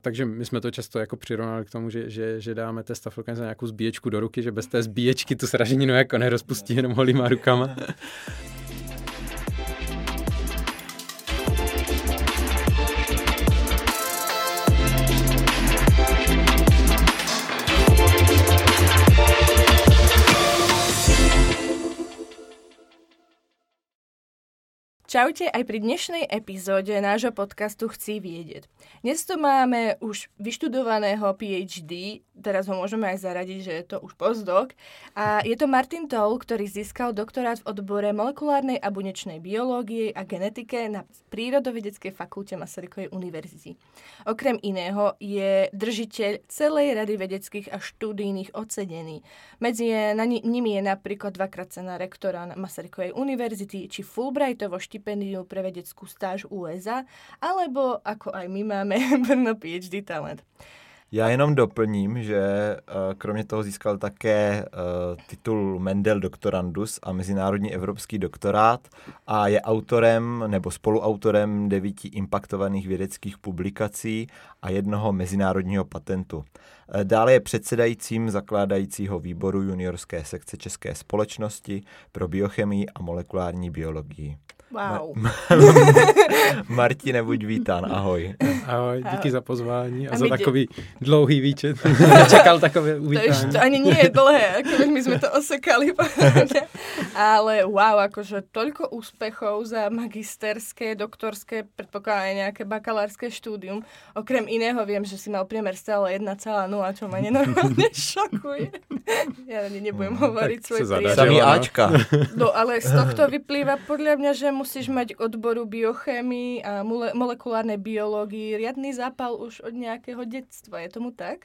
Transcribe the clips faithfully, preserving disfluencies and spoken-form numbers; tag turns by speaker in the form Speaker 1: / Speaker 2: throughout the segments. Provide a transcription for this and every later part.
Speaker 1: Takže my jsme to často jako přirovnali k tomu, že, že, že dáme té stafilokokky za nějakou zbíječku do ruky, že bez té zbíječky tu sraženinu jako nerozpustí jenom holýma rukama.
Speaker 2: Čaute, aj pri dnešnej epizóde nášho podcastu Chci vedieť. Dnes tu máme už vyštudovaného PhD, teraz ho môžeme aj zaradiť, že je to už postdoc. A je to Martin Toll, ktorý získal doktorát v odbore molekulárnej a bunečnej biológie a genetike na Prírodovedeckej fakulte Masarykovej univerzity. Okrem iného je držiteľ celej rady vedeckých a štúdijných ocenení. Medzi je, na nimi je napríklad dvakrát cena rektora Masarykovej univerzity či Fulbrightovo štipendium pre vedeckú stáž U S A, alebo ako aj my máme Brno PhD talent.
Speaker 3: Já jenom doplním, že kromě toho získal také titul Mendel Doctorandus a mezinárodní evropský doktorát a je autorem nebo spoluautorem devíti impaktovaných vědeckých publikací a jednoho mezinárodního patentu. Dále je předsedajícím zakládajícího výboru juniorské sekce České společnosti pro biochemii a molekulární biologii.
Speaker 2: Wow.
Speaker 3: Ma- Martine, buď vítán, ahoj.
Speaker 1: Ahoj, díky ahoj. Za pozvání a, a za
Speaker 2: dě...
Speaker 1: takový dlouhý výčet. Čekal takové uvítání.
Speaker 2: To, to ani nie je dlhé, ako my sme to osekali. Ale wow, akože toľko úspechov za magisterské, doktorské, predpokladám nejaké bakalárske štúdium. Okrem iného viem, že si mal priemer stále jedna celá nula, čo ma nenormálne šokuje. Ja nebudem hmm, hovoriť svoj priemer.
Speaker 3: Samý Ačka.
Speaker 2: No ale z tohto vyplýva podľa mňa, že musíš mať odboru biochémii a mole- molekulárnej biológii riadny zápal už od nějakého dětstva. Je tomu tak?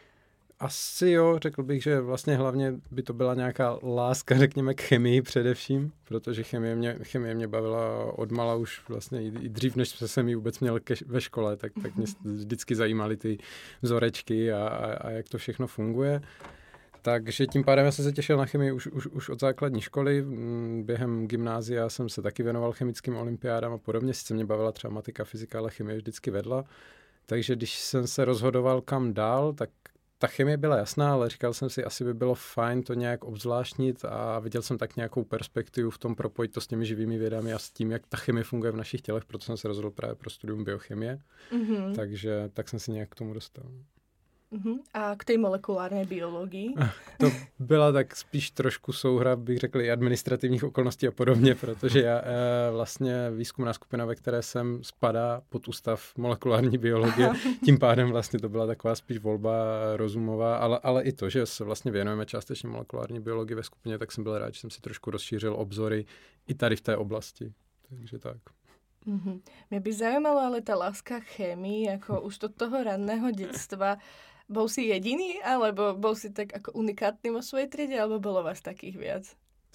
Speaker 1: Asi jo, řekl bych, že vlastně hlavně by to byla nějaká láska, řekněme, k chemii především, protože chemie mě, chemie mě bavila odmala už vlastně i dřív, než jsem ji vůbec měl ke, ve škole, tak, tak mě vždycky zajímaly ty vzorečky a, a, a jak to všechno funguje. Takže tím pádem já jsem se těšil na chemii už, už, už od základní školy. Během gymnázia jsem se taky věnoval chemickým olympiádám a podobně. Sice mě bavila třeba matika, fyzika, ale chemie vždycky vedla. Takže když jsem se rozhodoval kam dál, tak ta chemie byla jasná, ale říkal jsem si, asi by bylo fajn to nějak obzvláštnit a viděl jsem tak nějakou perspektivu v tom propojit to s těmi živými vědami a s tím, jak ta chemie funguje v našich tělech, proto jsem se rozhodl právě pro studium biochemie. Mm-hmm. Takže tak jsem se nějak k tomu dostal.
Speaker 2: Uh-huh. A k té molekulární biologii?
Speaker 1: To byla tak spíš trošku souhra, bych řekl, i administrativních okolností a podobně, protože já e, vlastně výzkumná skupina, ve které jsem, spadá pod ústav molekulární biologie. Tím pádem vlastně to byla taková spíš volba rozumová, ale, ale i to, že se vlastně věnujeme částečně molekulární biologii ve skupině, tak jsem byl rád, že jsem si trošku rozšířil obzory i tady v té oblasti. Takže tak.
Speaker 2: Uh-huh. Mě by zajímalo ale ta láska k chémii, jako už do toho ranného dětstva. Bol si jediný, alebo bol si tak ako unikátny vo svojej triede, alebo bolo vás takých viac?
Speaker 1: To,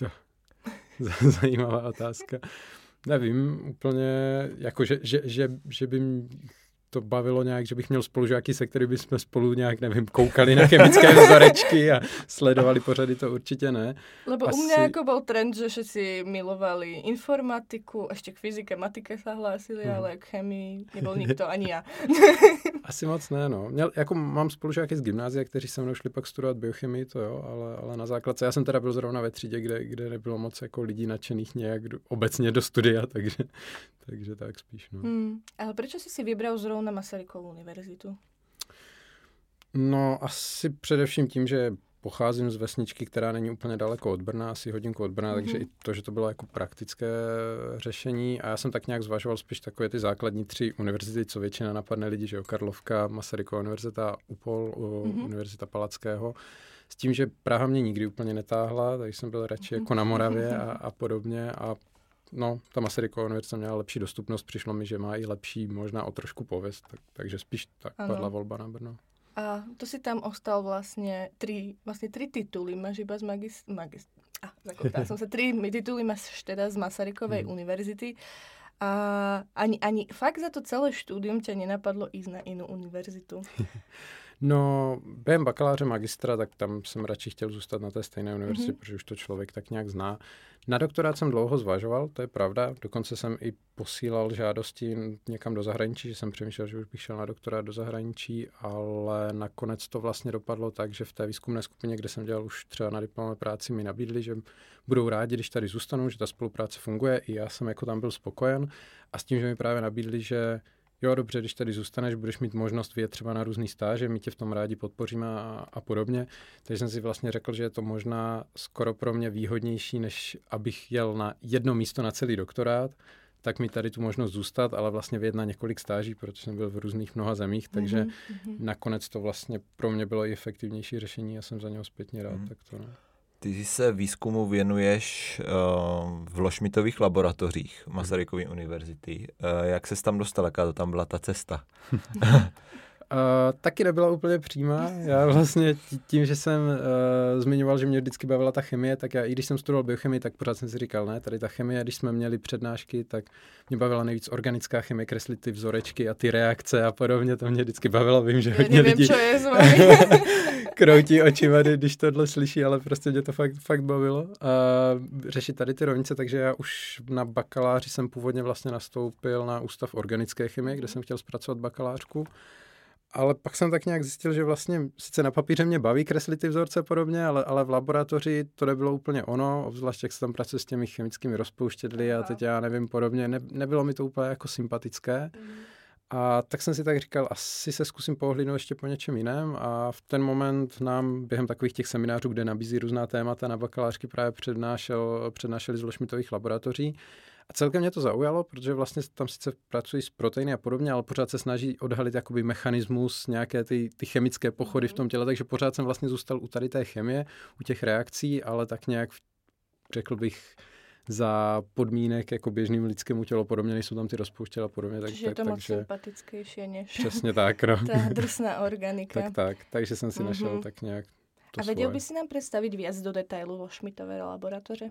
Speaker 1: zajímavá otázka. Nevím úplně, jako že, že, že, že by to bavilo nějak, že bych měl spolužáky, se kterými bychom spolu nějak, nevím, koukali na chemické vzorečky a sledovali pořady, to určitě ne.
Speaker 2: Lebo Asi... u mňa ako bol trend, že všetci milovali informatiku, ešte k fyzike, matike sa hlásili, hmm. ale k chemii nebol nikto, ani ja.
Speaker 1: Asi moc ne, no. Měl, jako mám spolužáky z gymnázia, kteří se mnou šli pak studovat biochemii, to jo, ale, ale na základce. Já jsem teda byl zrovna ve třídě, kde, kde nebylo moc jako lidí nadšených nějak do, obecně do studia, takže, takže tak spíš, no.
Speaker 2: Hmm. Ale prečo si si vybral zrovna Masarykovu univerzitu?
Speaker 1: No, asi především tím, že pocházím z vesničky, která není úplně daleko od Brna, asi hodinku od Brna, mm-hmm. takže i to, že to bylo jako praktické řešení a já jsem tak nějak zvažoval spíš takové ty základní tři univerzity, co většina napadne lidi, že jo, Karlovka, Masarykova univerzita, UPOL, mm-hmm. Univerzita Palackého, s tím, že Praha mě nikdy úplně netáhla, takže jsem byl radši jako na Moravě a, a podobně a no, ta Masarykova univerzita měla lepší dostupnost, přišlo mi, že má i lepší možná o trošku pověst, tak, takže spíš tak ano. Padla volba na Brno.
Speaker 2: A to si tam ostal vlastne tri, vlastne tri tituly, máš iba z magist... magist ah, zakoptala som sa, tri tituly máš teda z Masarykovej mm. univerzity. A ani, ani fakt za to celé štúdium ťa nenapadlo ísť na inú univerzitu?
Speaker 1: No, během bakaláře magistra, tak tam jsem radši chtěl zůstat na té stejné univerzitě,
Speaker 2: Mhm.
Speaker 1: protože už to člověk tak nějak zná. Na doktorát jsem dlouho zvažoval, to je pravda. Dokonce jsem i posílal žádosti někam do zahraničí, že jsem přemýšlel, že už bych šel na doktorát do zahraničí, ale nakonec to vlastně dopadlo tak, že v té výzkumné skupině, kde jsem dělal už třeba na diplomové práci, mi nabídli, že budou rádi, když tady zůstanu, že ta spolupráce funguje. I já jsem jako tam byl spokojen a s tím, že mi právě nabídli, že jo, dobře, když tady zůstaneš, budeš mít možnost vyjet třeba na různý stáže, my tě v tom rádi podpoříme a, a podobně. Takže jsem si vlastně řekl, že je to možná skoro pro mě výhodnější, než abych jel na jedno místo na celý doktorát, tak mi tady tu možnost zůstat, ale vlastně vyjet na několik stáží, protože jsem byl v různých mnoha zemích, takže
Speaker 2: Mm-hmm.
Speaker 1: nakonec to vlastně pro mě bylo i efektivnější řešení a jsem za něho zpětně rád.
Speaker 3: Mm.
Speaker 1: Tak to, no.
Speaker 3: Ty se výzkumu věnuješ uh, v Lošmitových laboratořích Masarykovy univerzity. Uh, jak ses tam dostal, jaká to tam byla ta cesta?
Speaker 1: Uh, taky nebyla úplně přímá. Já vlastně tím, že jsem uh, zmiňoval, že mě vždycky bavila ta chemie, tak já i když jsem studoval biochemii, tak pořád jsem si říkal, ne, tady ta chemie, když jsme měli přednášky, tak mě bavila nejvíc organická chemie, kreslit ty vzorečky a ty reakce a podobně, to mě vždycky bavilo, vím, že
Speaker 2: Ja
Speaker 1: hodně
Speaker 2: neviem,
Speaker 1: lidí
Speaker 2: čo je s vami.
Speaker 1: kroutí očima, když tohle slyší, ale prostě mě to fakt, fakt bavilo. A řešit tady ty rovnice, takže já už na bakaláři jsem původně vlastně nastoupil na Ústav organické chemie, kde jsem chtěl zpracovat bakalářku. Ale pak jsem tak nějak zjistil, že vlastně sice na papíře mě baví kreslit ty vzorce podobně, ale, ale v laboratoři to nebylo úplně ono, obzvlášť jak se tam pracuje s těmi chemickými rozpouštědly a teď já nevím podobně, ne, nebylo mi to úplně jako sympatické. A tak jsem si tak říkal, asi se zkusím pohlídnout ještě po něčem jiném a v ten moment nám během takových těch seminářů, kde nabízí různá témata na bakalářky, právě přednášel, přednášeli z Lošmitových laboratoří. A celkem mě to zaujalo, protože vlastně tam sice pracují s proteiny a podobně, ale pořád se snaží odhalit jakoby mechanismus, nějaké ty, ty chemické pochody v tom těle, takže pořád jsem vlastně zůstal u tady té chemie, u těch reakcí, ale tak nějak, řekl bych, za podmínek jako běžným lidskému tělu podobně, nejsou tam ty rozpouštědla a podobně. Tak,
Speaker 2: Čiže
Speaker 1: tak,
Speaker 2: je to moc
Speaker 1: takže,
Speaker 2: sympatickejšie než
Speaker 1: přesně tak, no.
Speaker 2: tá drsná organika.
Speaker 1: tak, tak, takže jsem si
Speaker 2: Mhm.
Speaker 1: našel tak nějak to
Speaker 2: A vedel
Speaker 1: svoje.
Speaker 2: by si nám predstaviť viac do detailu Lošmitové laboratoře?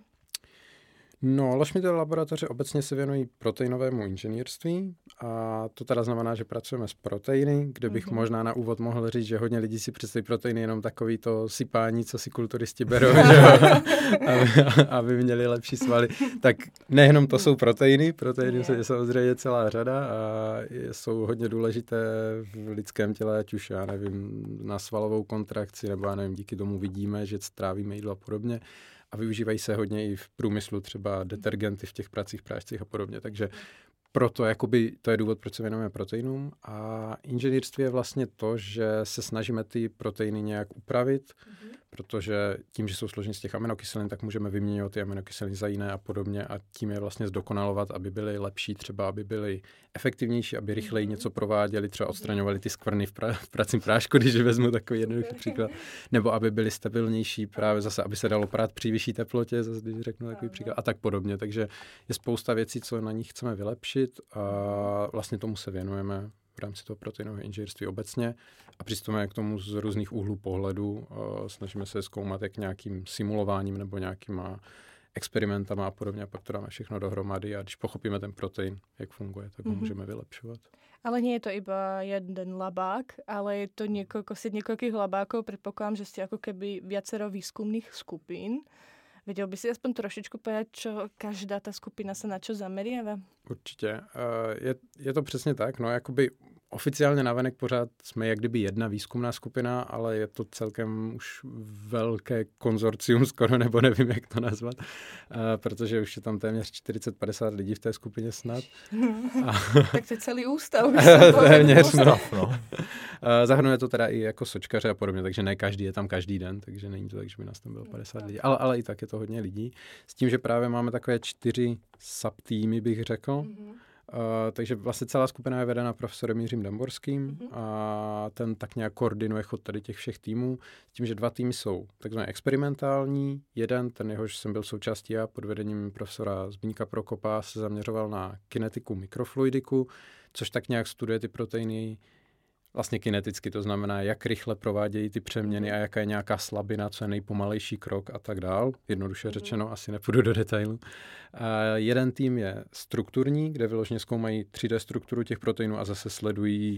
Speaker 1: No, Lošmitové laboratoře obecně se věnují proteinovému inženýrství a to teda znamená, že pracujeme s proteiny, kde bych
Speaker 2: Mhm.
Speaker 1: možná na úvod mohl říct, že hodně lidí si představí proteiny jenom takový to sypání, co si kulturisti berou, že jo? aby, aby měli lepší svaly. Tak nejenom to jsou proteiny, proteiny
Speaker 2: Je.
Speaker 1: je samozřejmě celá řada a jsou hodně důležité v lidském těle, ať už já nevím, na svalovou kontrakci, nebo já nevím, díky tomu vidíme, že strávíme jídlo a podobně. A využívají se hodně i v průmyslu, třeba detergenty v těch pracích, prášcích a podobně. Takže proto jakoby, to je důvod, proč se věnujeme proteinům. A inženýrství je vlastně to, že se snažíme ty proteiny nějak upravit, mm-hmm. protože tím, že jsou složeny z těch aminokyselin, tak můžeme vyměňovat ty aminokyseliny za jiné a podobně a tím je vlastně zdokonalovat, aby byly lepší, třeba aby byly efektivnější, aby rychleji něco prováděli, třeba odstraňovali ty skvrny v, pra- v pracím prášku, když vezmu takový jednoduchý příklad, nebo aby byly stabilnější, právě zase, aby se dalo prát při vyšší teplotě, zase když řeknu takový příklad, a tak podobně. Takže je spousta věcí, co na nich chceme vylepšit a vlastně tomu se věnujeme v rámci toho proteinového inženýrství obecně a přistupujeme k tomu z různých úhlů pohledu. Snažíme se zkoumat jak nějakým simulováním nebo nějakýma experimentama a podobně a pak to dáme všechno dohromady a když pochopíme ten protein, jak funguje, tak ho
Speaker 2: Mhm.
Speaker 1: můžeme vylepšovat.
Speaker 2: Ale nie je to iba jeden labák, ale je to niekoľko, si niekoľkých labákov. Predpokladám, že ste ako keby viacero výskumných skupín. Vedel by si aspoň trošičku povedať, čo každá ta skupina se na čo zameriava?
Speaker 1: Určitě. Je, je to přesně tak. No, jakoby oficiálně navenek pořád jsme jak kdyby jedna výzkumná skupina, ale je to celkem už velké konzorcium skoro, nebo nevím, jak to nazvat, protože už je tam téměř čtyřicet padesát lidí v té skupině snad.
Speaker 2: A... tak to je celý ústav.
Speaker 1: Téměř, no.
Speaker 3: no.
Speaker 1: Zahrnuje to teda i jako sočkaře a podobně, takže ne každý je tam každý den, takže není to tak, že by nás tam bylo padesát lidí, ale, ale i tak je to hodně lidí. S tím, že právě máme takové čtyři subtýmy, bych řekl. Mm-hmm. Uh, takže vlastně celá skupina je vedena profesorem Jiřím Damborským mm-hmm. a ten tak nějak koordinuje chod tady těch všech týmů. S tím, že dva týmy jsou takzvané experimentální. Jeden, ten jehož jsem byl součástí já pod vedením profesora Zbigníka Prokopa, se zaměřoval na kinetiku, mikrofluidiku, což tak nějak studuje ty proteiny vlastně kineticky, to znamená, jak rychle provádějí ty přeměny a jaká je nějaká slabina, co je nejpomalejší krok a tak dál. Jednoduše řečeno, asi nepůjdu do detailu. A jeden tým je strukturní, kde vyloženě zkoumají tři dé strukturu těch proteinů a zase sledují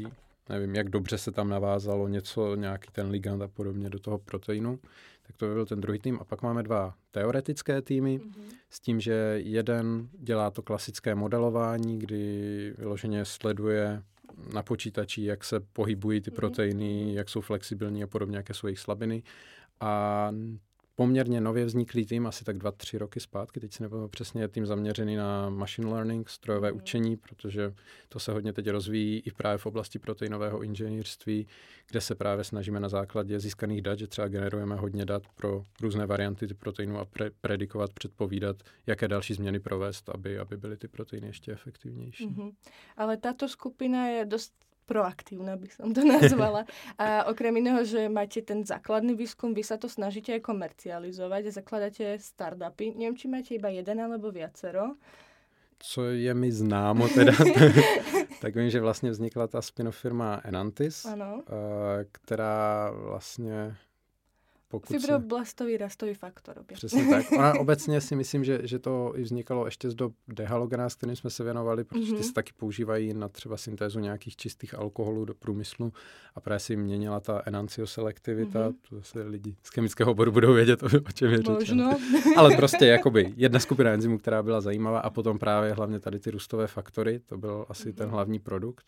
Speaker 1: nevím, jak dobře se tam navázalo něco, nějaký ten ligand a podobně do toho proteinu. Tak to by byl ten druhý tým. A pak máme dva teoretické týmy mm-hmm. s tím, že jeden dělá to klasické modelování, kdy vyloženě sleduje na počítači, jak se pohybují ty proteiny, jak jsou flexibilní a podobně, jaké jsou jejich slabiny. A poměrně nově vzniklý tým, asi tak dva, tři roky zpátky, teď si nepamatuji přesně, je tým zaměřený na machine learning, strojové mm. učení, protože to se hodně teď rozvíjí i právě v oblasti proteinového inženýrství, kde se právě snažíme na základě získaných dat, že třeba generujeme hodně dat pro různé varianty ty proteinů a pre- predikovat, předpovídat, jaké další změny provést, aby, aby byly ty proteiny ještě efektivnější. Mm-hmm.
Speaker 2: Ale táto skupina je dost proaktívna, by som to nazvala. A okrem iného, že máte ten základný výskum, vy sa to snažíte aj komercializovať a zakladáte startupy. Neviem, či máte iba jeden alebo viacero.
Speaker 1: Co je mi známo teda, tak vím, že vlastně vznikla ta spin-off firma Enantis, ano. která vlastně
Speaker 2: Fibroblastový rastový faktor. Obě.
Speaker 1: Přesně tak. Ona obecně si myslím, že, že to i vznikalo ještě z dob dehalogena, s kterým jsme se věnovali, protože mm-hmm. ty se taky používají na třeba syntézu nějakých čistých alkoholů do průmyslu a právě si měnila ta enancioselektivita. Mm-hmm. To zase lidi z chemického oboru budou vědět, o čem je řečeno. Ale prostě jakoby jedna skupina enzymů, která byla zajímavá a potom právě hlavně tady ty růstové faktory, to byl asi mm-hmm. ten hlavní produkt.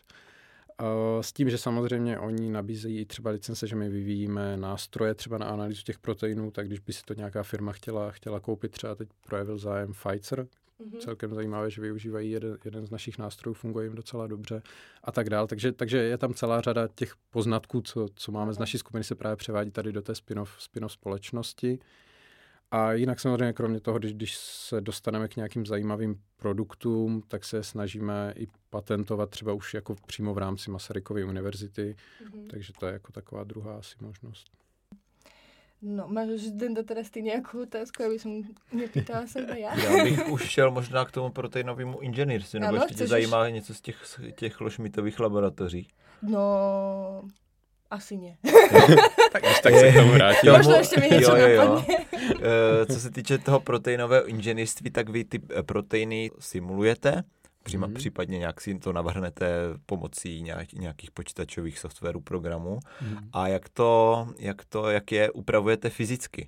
Speaker 1: S tím, že samozřejmě oni nabízejí třeba licence, že my vyvíjíme nástroje třeba na analýzu těch proteinů, tak když by si to nějaká firma chtěla, chtěla koupit, třeba teď projevil zájem Pfizer, mm-hmm. celkem zajímavé, že využívají jeden, jeden z našich nástrojů, funguje jim docela dobře a tak dál. Takže, takže je tam celá řada těch poznatků, co, co máme z naší skupiny, se právě převádí tady do té spin-off, spin-off společnosti. A jinak samozřejmě kromě toho, když, když se dostaneme k nějakým zajímavým produktům, tak se snažíme i patentovat třeba už jako přímo v rámci Masarykovy univerzity, mm-hmm. takže to je jako taková druhá asi možnost.
Speaker 2: No, máš Zdenda teraz ty nějakou otázku, aby jsem nepýtala sebe já?
Speaker 3: Já bych už šel možná k tomu proteinovému inženýrství, nebo ještě tě zajímá už... něco z těch, těch ložmitových laboratoří.
Speaker 2: No... Asi ne.
Speaker 1: tak až tak se k tomu vrátím.
Speaker 2: Možná ještě mi něco
Speaker 3: jo, jo,
Speaker 2: napadne.
Speaker 3: jo. Co se týče toho proteinového inženýrství, tak vy ty proteiny simulujete, příma, mm. případně nějak si to navrhnete pomocí nějak, nějakých počítačových softwarů, programů. Mm. A jak to, jak to, jak je upravujete fyzicky?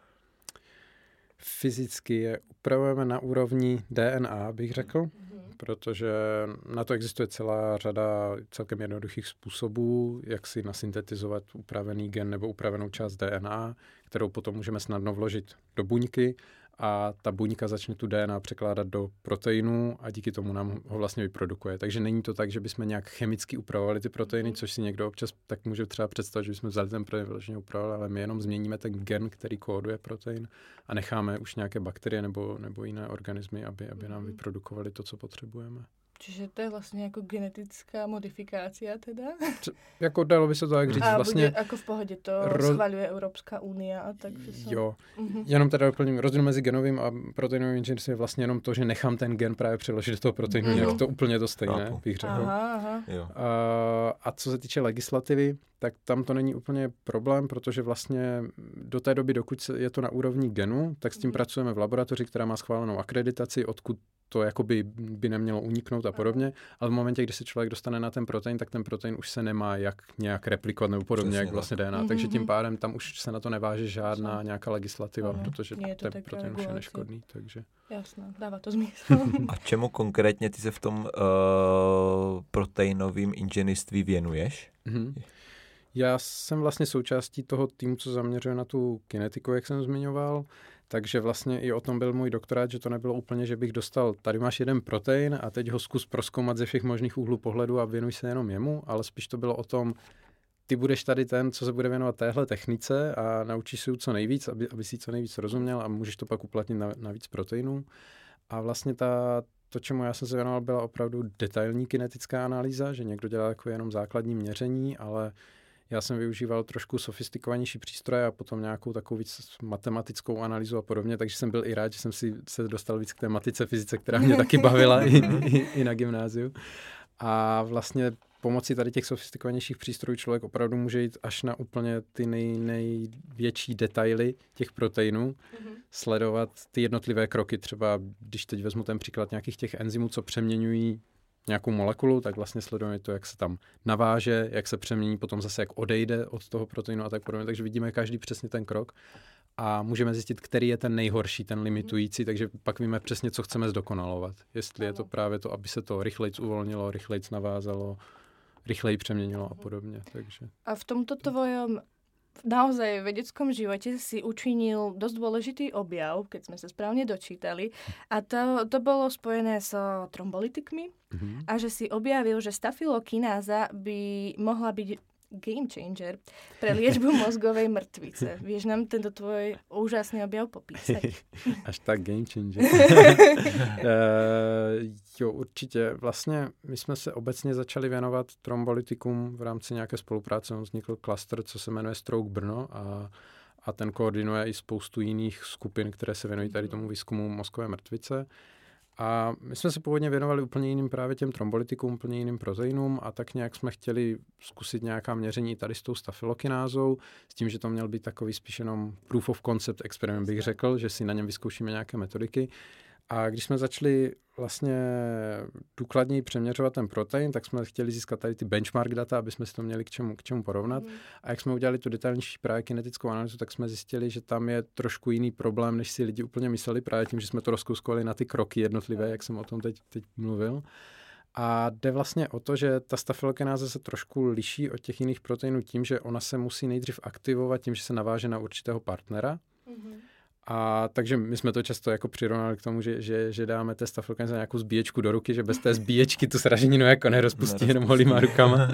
Speaker 1: Fyzicky je upravujeme na úrovni D N A, bych řekl. Protože na to existuje celá řada celkem jednoduchých způsobů, jak si nasyntetizovat upravený gen nebo upravenou část D N A, kterou potom můžeme snadno vložit do buňky a ta buňka začne tu D N A překládat do proteinů a díky tomu nám ho vlastně vyprodukuje. Takže není to tak, že bychom nějak chemicky upravovali ty proteiny, což si někdo občas tak může třeba představit, že bychom vzali ten protein vyloženě upravovali, ale my jenom změníme ten gen, který kóduje protein a necháme už nějaké bakterie nebo, nebo jiné organismy, aby, aby nám vyprodukovali to, co potřebujeme.
Speaker 2: Čiže to je vlastně jako genetická modifikácia teda?
Speaker 1: Jako dalo by se to tak říct.
Speaker 2: A
Speaker 1: vlastně
Speaker 2: bude jako v pohodě to roz... schvaľuje Evropská unie a tak. Jsou...
Speaker 1: Jo, uh-huh. jenom teda doplním, rozdíl mezi genovým a proteinovým inženýrstvím je vlastně jenom to, že nechám ten gen právě přeložit do toho proteinu, uh-huh. nějak to úplně to stejné, Chápu. bych řekl.
Speaker 2: Aha, aha.
Speaker 3: Jo.
Speaker 1: A, a co se týče legislativy, tak tam to není úplně problém, protože vlastně do té doby, dokud je to na úrovni genu, tak s tím uh-huh. pracujeme v laboratoři, která má schválenou akreditaci, odkud to jakoby by nemělo uniknout a podobně, ale v momentě, kdy se člověk dostane na ten protein, tak ten protein už se nemá jak nějak replikovat nebo podobně, Přesně jak vlastně D N A. Mm-hmm. Takže tím pádem tam už se na to neváže žádná nějaká legislativa, ano, protože ten protein už je neškodný. Takže...
Speaker 2: Jasné, dává to smysl.
Speaker 3: A čemu konkrétně ty se v tom uh, proteinovém inženýrství věnuješ?
Speaker 1: Mm-hmm. Já jsem vlastně součástí toho týmu, co zaměřuje na tu kinetiku, jak jsem zmiňoval. Takže vlastně i o tom byl můj doktorát, že to nebylo úplně, že bych dostal, tady máš jeden protein a teď ho zkus prozkoumat ze všech možných úhlů pohledu a věnuj se jenom jemu, ale spíš to bylo o tom, ty budeš tady ten, co se bude věnovat téhle technice a naučíš si co nejvíc, aby, aby si co nejvíc rozuměl a můžeš to pak uplatnit na, na víc proteinů. A vlastně ta, to, čemu já jsem se věnoval, byla opravdu detailní kinetická analýza, že někdo dělal jako jenom základní měření, ale já jsem využíval trošku sofistikovanější přístroje a potom nějakou takovou víc matematickou analýzu a podobně, takže jsem byl i rád, že jsem si se dostal víc k té matice, fyzice, která mě taky bavila i, i, i na gymnáziu. A vlastně pomocí tady těch sofistikovanějších přístrojů člověk opravdu může jít až na úplně ty nej, největší detaily těch proteinů, mm-hmm. sledovat ty jednotlivé kroky, třeba když teď vezmu ten příklad nějakých těch enzymů, co přeměňují nějakou molekulu, tak vlastně sledujeme to, jak se tam naváže, jak se přemění, potom zase jak odejde od toho proteinu a tak podobně. Takže vidíme každý přesně ten krok a můžeme zjistit, který je ten nejhorší, ten limitující, takže pak víme přesně, co chceme zdokonalovat. Jestli je to právě to, aby se to rychlejc uvolnilo, rychlejc navázalo, rychleji přeměnilo a podobně. Takže.
Speaker 2: A v tomto tvojom naozaj vedeckom živote si učinil dosť dôležitý objav, keď sme sa správne dočítali. A to, to bolo spojené so trombolytikmi mm-hmm. a že si objavil, že stafylokináza by mohla byť game changer pre liečbu mozgovej mrtvice. Vieš nám tento tvoj úžasný objav popísať?
Speaker 1: Až tak game changer. uh, jo, určitě. Vlastně my jsme se obecně začali věnovat trombolytikům v rámci nějaké spolupráce. Vznikl klaster, co se jmenuje Stroke Brno a, a ten koordinuje i spoustu jiných skupin, které se věnují tady tomu výzkumu mozkové mrtvice. A my jsme se původně věnovali úplně jiným právě těm trombolytikům, úplně jiným proteinům a tak nějak jsme chtěli zkusit nějaká měření tady s tou stafylokinázou, s tím, že to měl být takový spíš jenom proof of concept experiment, bych řekl, že si na něm vyzkoušíme nějaké metodiky. A když jsme začali vlastně důkladněji přeměřovat ten protein, tak jsme chtěli získat tady ty benchmark data, aby jsme si to měli k čemu, k čemu porovnat. Mm. A jak jsme udělali tu detailnější právě kinetickou analýzu, tak jsme zjistili, že tam je trošku jiný problém, než si lidi úplně mysleli, právě tím, že jsme to rozkouskovali na ty kroky jednotlivé, jak jsem o tom teď, teď mluvil. A jde vlastně o to, že ta stafylokináza se trošku liší od těch jiných proteinů tím, že ona se musí nejdřív aktivovat tím, že se naváže na určitého partnera. Mm. A takže my jsme to často jako přirovnali k tomu, že, že, že dáme té stafylokináze nějakou zbíječku do ruky, že bez té zbíječky tu sraženinu jako nerozpustí jenom holýma rukama.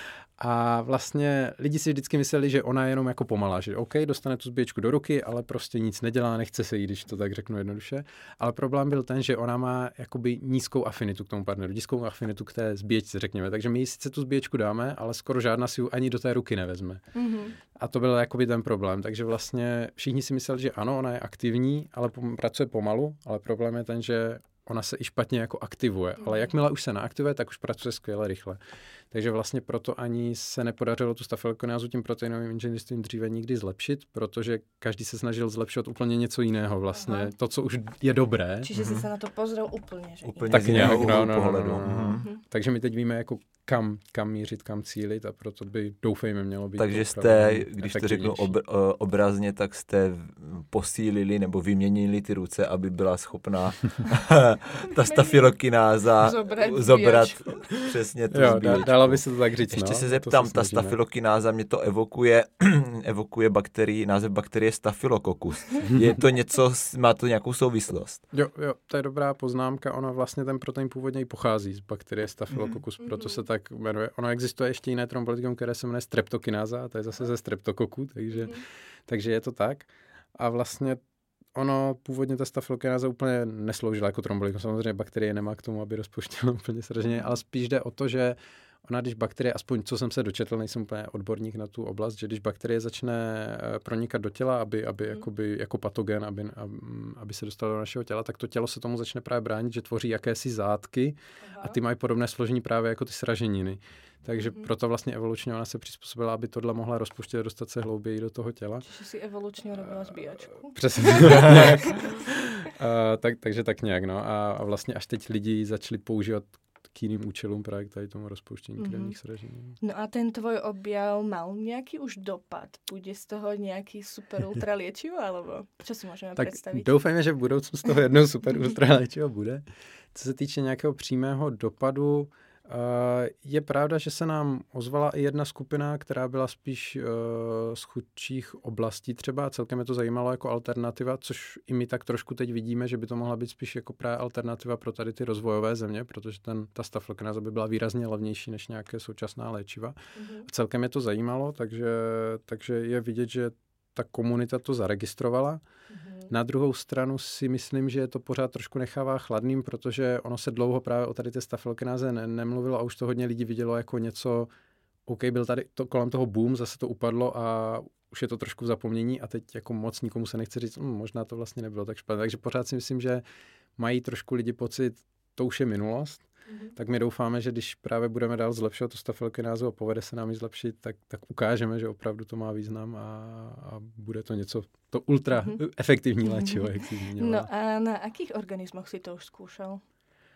Speaker 1: A vlastně lidi si vždycky mysleli, že ona je jenom jako pomalá, že OK, dostane tu zbíječku do ruky, ale prostě nic nedělá, nechce se jí, když to tak řeknu jednoduše. Ale problém byl ten, že ona má jakoby nízkou afinitu k tomu partneru, nízkou afinitu k té zbíječce, řekněme. Takže my jí sice tu zbíječku dáme, ale skoro žádná si ji ani do té ruky nevezme. Mm-hmm. A to byl jakoby ten problém. Takže vlastně všichni si mysleli, že ano, ona je aktivní, ale pracuje pomalu, ale problém je ten, že ona se i špatně jako aktivuje, ale jakmile už se naaktivuje, tak už pracuje skvěle rychle. Takže vlastně proto ani se nepodařilo tu stafylokinázu tím proteinovým inženýrstvím dříve nikdy zlepšit, protože každý se snažil zlepšovat úplně něco jiného vlastně, aha. to, co už je dobré.
Speaker 2: Čiže
Speaker 1: mm-hmm.
Speaker 2: si se na to pozrel úplně, že
Speaker 3: úplně
Speaker 1: tak nějak, no, no, no,
Speaker 3: pohledu.
Speaker 1: No, no, no. Mm-hmm. Takže my teď víme, jako kam, kam mířit, kam cílit a proto by, doufejme, mělo být.
Speaker 3: Takže jste, když to řeknu ob, obrazně, tak jste posílili nebo vyměnili ty ruce, aby byla schopná ta stafylokináza zobrat, zobrat přesně tu zbíječku.
Speaker 1: Dalo by se to tak říct.
Speaker 3: Ještě
Speaker 1: no,
Speaker 3: se zeptám, se ta stafylokináza, mě to evokuje, evokuje bakterii, název bakterie Staphylococcus. Je to něco, má to nějakou souvislost?
Speaker 1: Jo, jo, to je dobrá poznámka. Ona vlastně ten protein původně i pochází z bakterie Staphylococcus, mm. proto se tak jmenuje. Ono existuje ještě jiné trombolytikum, které se jmenuje streptokináza, a to je zase ze streptokoku, takže, mm. takže je to tak. A vlastně ono původně ta stafylokináza úplně nesloužila jako trombolytikum. Samozřejmě bakterie nemá k tomu, aby rozpouštěla úplně sraženě, ale spíš jde o to, že ona, když bakterie, aspoň co jsem se dočetl, nejsem úplně odborník na tu oblast, že když bakterie začne pronikat do těla, aby, aby mm. jakoby, jako patogen, aby, aby se dostala do našeho těla, tak to tělo se tomu začne právě bránit, že tvoří jakési zátky. Aha. A ty mají podobné složení právě jako ty sraženiny. Takže mm. proto vlastně evolučně ona se přizpůsobila, aby tohle mohla rozpuštět a dostat se hlouběji do toho těla.
Speaker 2: Čiže si evolučně robila zbíjačku.
Speaker 1: Přesně. uh, tak, takže tak nějak, no. A, a vlastně až teď lidi začali používat k jiným účelům právě k tady tomu rozpouštění mm-hmm. krevních sraženin.
Speaker 2: No a ten tvoj objav mal nějaký už dopad? Bude z toho nějaký super ultra liečivo, alebo čo si můžeme
Speaker 1: tak
Speaker 2: představit?
Speaker 1: Doufejme, že v budoucnu z toho jednou super ultra léčivo bude. Co se týče nějakého přímého dopadu, Uh, je pravda, že se nám ozvala i jedna skupina, která byla spíš uh, z chudších oblastí třeba. Celkem je to zajímalo jako alternativa, což i my tak trošku teď vidíme, že by to mohla být spíš jako právě alternativa pro tady ty rozvojové země, protože ten, ta stafylokináza by byla výrazně levnější než nějaké současná léčiva. Mm-hmm. Celkem je to zajímalo, takže, takže je vidět, že ta komunita to zaregistrovala. Mm-hmm. Na druhou stranu si myslím, že to pořád trošku nechává chladným, protože ono se dlouho právě o tady té stafylokináze ne- nemluvilo a už to hodně lidí vidělo jako něco, OK, byl tady to, kolem toho boom, zase to upadlo a už je to trošku v zapomnění a teď jako moc nikomu se nechce říct, hm, možná to vlastně nebylo tak špatné. Takže pořád si myslím, že mají trošku lidi pocit, to už je minulost. Mm-hmm. Tak my doufáme, že když právě budeme dál zlepšovat tu stafylokinázu a povede se nám ji zlepšit, tak, tak ukážeme, že opravdu to má význam a, a bude to něco, to ultra mm-hmm. efektivní léčivo, jak si zmiňovala.
Speaker 2: No a na akých organismoch si to už zkoušel?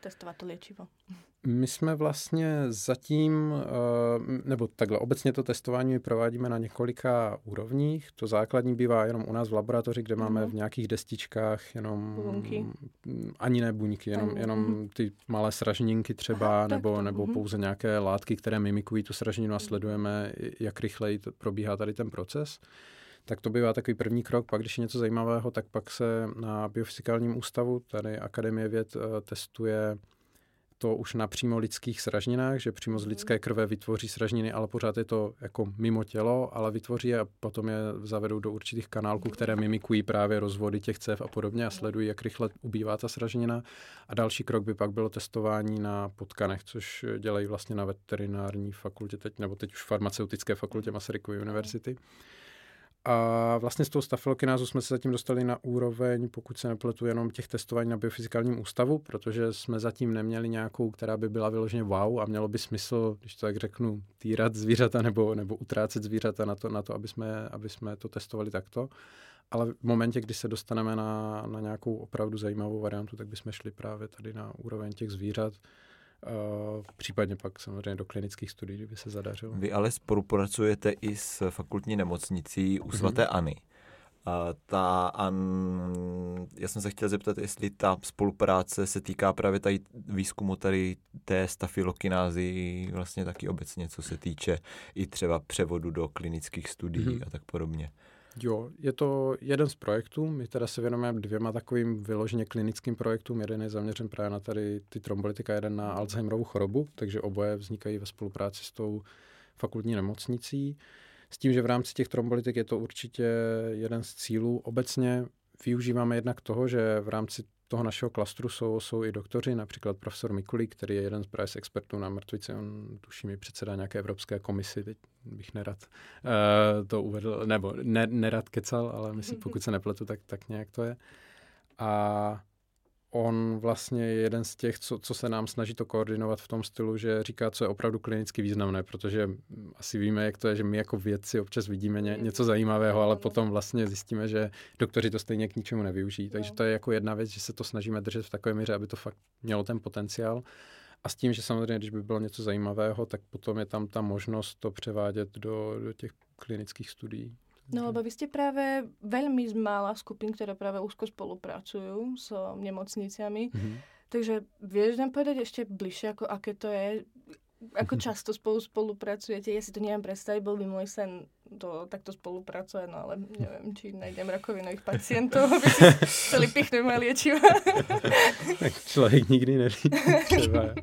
Speaker 2: testovat to léčivo?
Speaker 1: My jsme vlastně zatím, nebo takhle, obecně to testování my provádíme na několika úrovních. To základní bývá jenom u nás v laboratoři, kde máme v nějakých destičkách jenom
Speaker 2: buňky.
Speaker 1: Ani ne buňky, jenom, ani. jenom ty malé sražninky třeba, Aha, nebo, nebo pouze nějaké látky, které mimikují tu sražninu a sledujeme, jak rychleji probíhá tady ten proces. Tak to bývá takový první krok. Pak, když je něco zajímavého, tak pak se na Biofyzikálním ústavu, tady Akademie věd, testuje to už na přímo lidských sražninách, že přímo z lidské krve vytvoří sražniny, ale pořád je to jako mimo tělo, ale vytvoří je a potom je zavedou do určitých kanálků, které mimikují právě rozvody těch cév a podobně a sledují, jak rychle ubývá ta sražnina. A další krok by pak bylo testování na potkanech, což dělají vlastně na veterinární fakultě teď, nebo teď už farmaceutické fakultě Masarykovy univerzity. A vlastně z toho stafylokinázu jsme se zatím dostali na úroveň, pokud se nepletu, jenom těch testování na Biofyzikálním ústavu, protože jsme zatím neměli nějakou, která by byla vyloženě wow a mělo by smysl, když to tak řeknu, týrat zvířata nebo, nebo utrácet zvířata na to, na to aby, jsme, aby jsme to testovali takto. Ale v momentě, kdy se dostaneme na, na nějakou opravdu zajímavou variantu, tak bychom šli právě tady na úroveň těch zvířat. Uh, případně pak samozřejmě do klinických studií, kdyby se zadařilo.
Speaker 3: Vy ale spolupracujete i s fakultní nemocnicí u svaté mm-hmm. Anny. Uh, ta An... Já jsem se chtěl zeptat, jestli ta spolupráce se týká právě tady výzkumu tady té stafylokinázy vlastně taky obecně, co se týče i třeba převodu do klinických studií mm-hmm. a tak podobně.
Speaker 1: Jo, je to jeden z projektů. My teda se věnujeme dvěma takovým vyloženě klinickým projektům. Jeden je zaměřen právě na tady ty trombolytika, jeden na Alzheimerovu chorobu, takže oboje vznikají ve spolupráci s tou fakultní nemocnicí. S tím, že v rámci těch trombolytik je to určitě jeden z cílů. Obecně využíváme jednak toho, že v rámci toho našeho klastru jsou, jsou i doktoři, například profesor Mikulík, který je jeden z právě z expertů na mrtvici. On tuším mi předsedá nějaké evropské komisi, teď bych nerad uh, to uvedl, nebo ne, nerad kecal, ale myslím, pokud se nepletu, tak, tak nějak to je. A on vlastně je jeden z těch, co, co se nám snaží to koordinovat v tom stylu, že říká, co je opravdu klinicky významné, protože asi víme, jak to je, že my jako vědci občas vidíme ně, něco zajímavého, ale potom vlastně zjistíme, že doktoři to stejně k ničemu nevyužijí. Takže to je jako jedna věc, že se to snažíme držet v takové míře, aby to fakt mělo ten potenciál. A s tím, že samozřejmě, když by bylo něco zajímavého, tak potom je tam ta možnost to převádět do, do těch klinických studií.
Speaker 2: No, lebo vy ste práve veľmi z mála skupín, ktoré práve úzko spolupracujú s nemocniciami. Mm-hmm. Takže vieš nám povedať ešte bližšie, ako aké to je, ako často spolu spolupracujete? Ja si to neviem predstaviť, bol by môj sen to takto spolupracovať, no ale neviem, či nájdem rakovinových pacientov, aby si chceli pichnúť moje liečiva.
Speaker 1: Tak člověk nikdy neví. Třeba.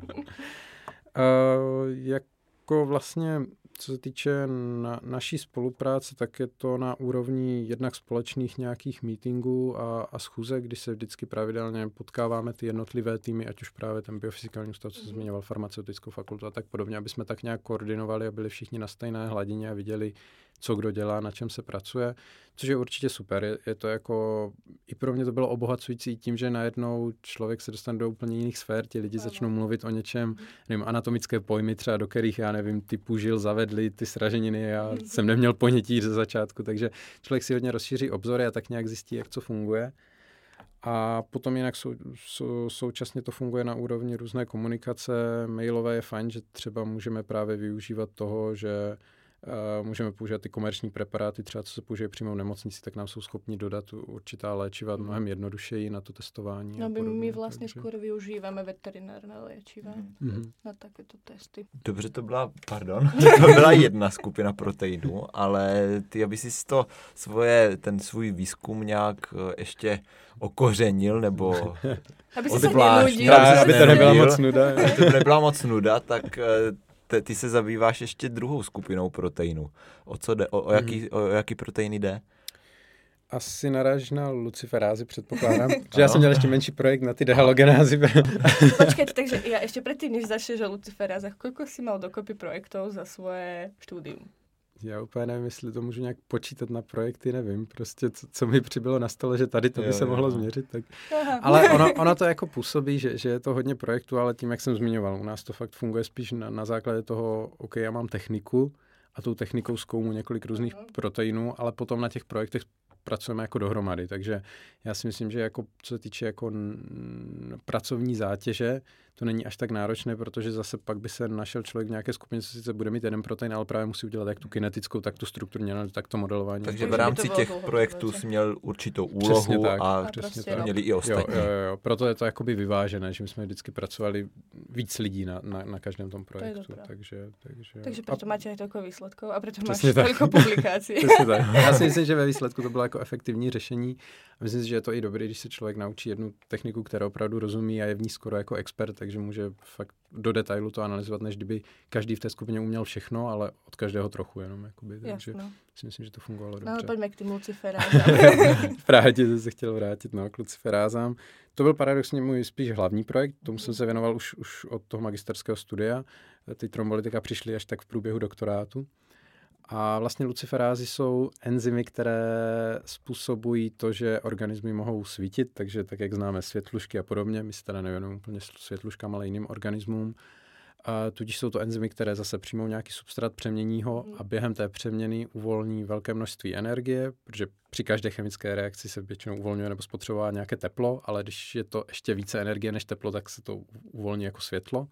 Speaker 1: uh, jako vlastně co se týče na, naší spolupráce, tak je to na úrovni jednak společných nějakých meetingů a, a schůzek, kdy se vždycky pravidelně potkáváme ty jednotlivé týmy, ať už právě ten biofyzikální ústav, co se zmiňoval, farmaceutickou fakultu a tak podobně, aby jsme tak nějak koordinovali a byli všichni na stejné hladině a viděli, co kdo dělá, na čem se pracuje, což je určitě super. Je, je to jako, i pro mě to bylo obohacující tím, že najednou člověk se dostane do úplně jiných sfér, ti lidi začnou mluvit o něčem, nevím, anatomické pojmy třeba, do kterých, já nevím, typu žil zavedli ty sraženiny, já jsem neměl ponětí ze začátku, takže člověk si hodně rozšíří obzory a tak nějak zjistí, jak co funguje. A potom jinak sou, sou, současně to funguje na úrovni různé komunikace. Mailové je fajn, že třeba můžeme právě využívat toho, že Uh, můžeme používat ty komerční preparáty, třeba co se použije přímo v nemocnici, tak nám jsou schopni dodat určitá léčiva mnohem jednodušeji na to testování.
Speaker 2: No my, my vlastně takže... skôr využíváme veterinárne léčiva mm-hmm. na takéto testy.
Speaker 3: Dobře, to byla, pardon, to byla jedna skupina proteinů, ale ty, aby si to svoje, ten svůj výzkum nějak ještě okořenil, nebo
Speaker 2: aby si se nenudil.
Speaker 1: Aby to nebyla moc nuda.
Speaker 3: Aby to nebyla moc nuda, tak ty se zabýváš ještě druhou skupinou proteinů. O co jde? O, o, jaký, o jaký proteiny jde?
Speaker 1: Asi narážíš na luciferázy, předpokládám. Že já jsem měl ještě menší projekt na ty dehalogenázy.
Speaker 2: Počkejte, takže ja ešte predtým, než začneš o luciferázach, koľko si mal dokopy projektov za svoje štúdium?
Speaker 1: Já úplně nevím, jestli to můžu nějak počítat na projekty, nevím. Prostě co, co mi přibylo na stole, že tady to by jo, se mohlo jo. změřit. Tak. Ale ono, ono to jako působí, že, že je to hodně projektů, ale tím, jak jsem zmiňoval, u nás to fakt funguje spíš na, na základě toho, OK, já mám techniku a tou technikou zkoumu několik různých proteinů, ale potom na těch projektech pracujeme jako dohromady, takže já si myslím, že jako, co se týče jako n- pracovní zátěže, to není až tak náročné, protože zase pak by se našel člověk v nějaké skupině, co sice bude mít jeden protein, ale právě musí udělat jak tu kinetickou, tak tu strukturní analýzu, tak to modelování.
Speaker 3: Takže v rámci těch projektů jsi měl určitou úlohu
Speaker 1: tak,
Speaker 3: a,
Speaker 2: a prostě
Speaker 3: měli i ostatní.
Speaker 1: Jo, jo, jo, proto je to jakoby vyvážené, že my jsme vždycky pracovali víc lidí na, na, na každém tom projektu. To takže, takže,
Speaker 2: takže proto a... máte aj toľko výsledkov a preto máš
Speaker 1: tak.
Speaker 2: toľko publikácií.
Speaker 1: Tak. Já si myslím, že ve výsledku to bylo jako efektivní řešení. Myslím si, že je to i dobré, když se člověk naučí jednu techniku, která opravdu rozumí a je v ní skoro jako expert, takže může fakt do detailu to analyzovat, než kdyby každý v té skupině uměl všechno, ale od každého trochu jenom. Jakoby, takže
Speaker 2: Jasno.
Speaker 1: si myslím, že to fungovalo dobře.
Speaker 2: No ale pojďme k tým luciferázám.
Speaker 1: Právě jsem se chtěl vrátit no, k luciferázám. To byl paradoxně můj spíš hlavní projekt, tomu jsem se věnoval už, už od toho magisterského studia. Ty trombolytika přišly až tak v průběhu doktorátu. A vlastně luciferázy jsou enzymy, které způsobují to, že organismy mohou svítit, takže tak, jak známe světlušky a podobně, my se teda nevěnujeme úplně světluškám, ale jiným organismům. A tudíž jsou to enzymy, které zase přijmou nějaký substrát, přemění ho a během té přeměny uvolní velké množství energie, protože při každé chemické reakci se většinou uvolňuje nebo spotřebová nějaké teplo, ale když je to ještě více energie než teplo, tak se to uvolní jako světlo.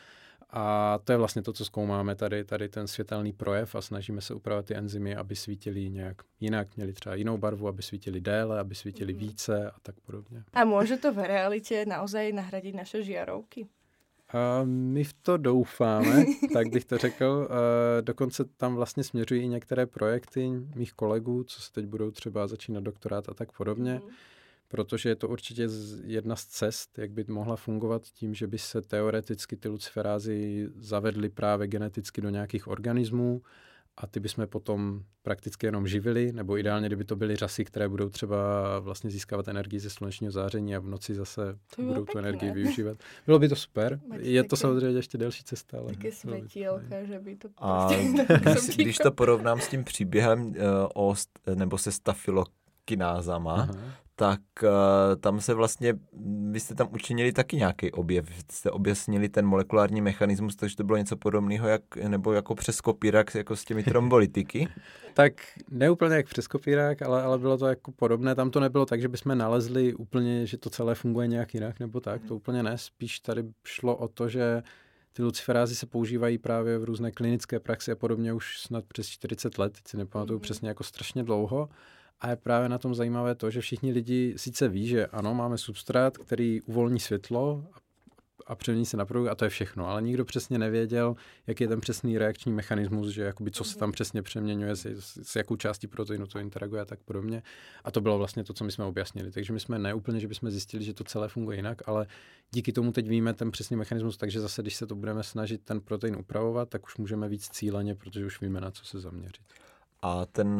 Speaker 1: A to je vlastně to, co zkoumáme tady, tady ten světelný projev a snažíme se upravovat ty enzymy, aby svítily nějak jinak, měly třeba jinou barvu, aby svítily déle, aby svítily mm. více a tak podobně.
Speaker 2: A může to v realitě naozaj nahradit naše žiarovky?
Speaker 1: A my v to doufáme, tak bych to řekl. A dokonce tam vlastně směřují i některé projekty mých kolegů, co se teď budou třeba začínat doktorát a tak podobně. Mm. Protože je to určitě jedna z cest, jak by mohla fungovat tím, že by se teoreticky ty luciferázy zavedly právě geneticky do nějakých organismů a ty bychom potom prakticky jenom živili, nebo ideálně, kdyby to byly řasy, které budou třeba vlastně získávat energii ze slunečního záření a v noci zase budou pěkné. Tu energii využívat. Bylo by to super. Máte je to taky, samozřejmě ještě delší cesta. Ale
Speaker 2: taky světílka, že by to
Speaker 3: a prostě... když, když to porovnám s tím příběhem uh, o, nebo se stafilokynázama, aha. tak uh, tam se vlastně, vy jste tam učinili taky nějaký objev, jste objasnili ten molekulární mechanismus, takže to bylo něco podobného, jak, nebo jako přes kopírák, jako s těmi trombolytiky?
Speaker 1: Tak neúplně jak přes kopírák, ale, ale bylo to jako podobné. Tam to nebylo tak, že bychom nalezli úplně, že to celé funguje nějak jinak, nebo tak, to úplně ne. Spíš tady šlo o to, že ty luciferázy se používají právě v různé klinické praxi a podobně už snad přes čtyřicet let, teď si nepamatuju mm-hmm. přesně jako strašně dlouho. A je právě na tom zajímavé to, že všichni lidi sice ví, že ano, máme substrát, který uvolní světlo a přemění se na produkt a to je všechno, ale nikdo přesně nevěděl, jaký je ten přesný reakční mechanismus, že jakoby co se tam přesně přeměňuje, s, s jakou částí proteinu to interaguje a tak podobně. A to bylo vlastně to, co my jsme objasnili. Takže my jsme neúplně, že bychom zjistili, že to celé funguje jinak, ale díky tomu teď víme ten přesný mechanismus, takže zase, když se to budeme snažit ten protein upravovat, tak už můžeme víc cíleně, protože už víme, na co se zaměřit.
Speaker 3: A ten,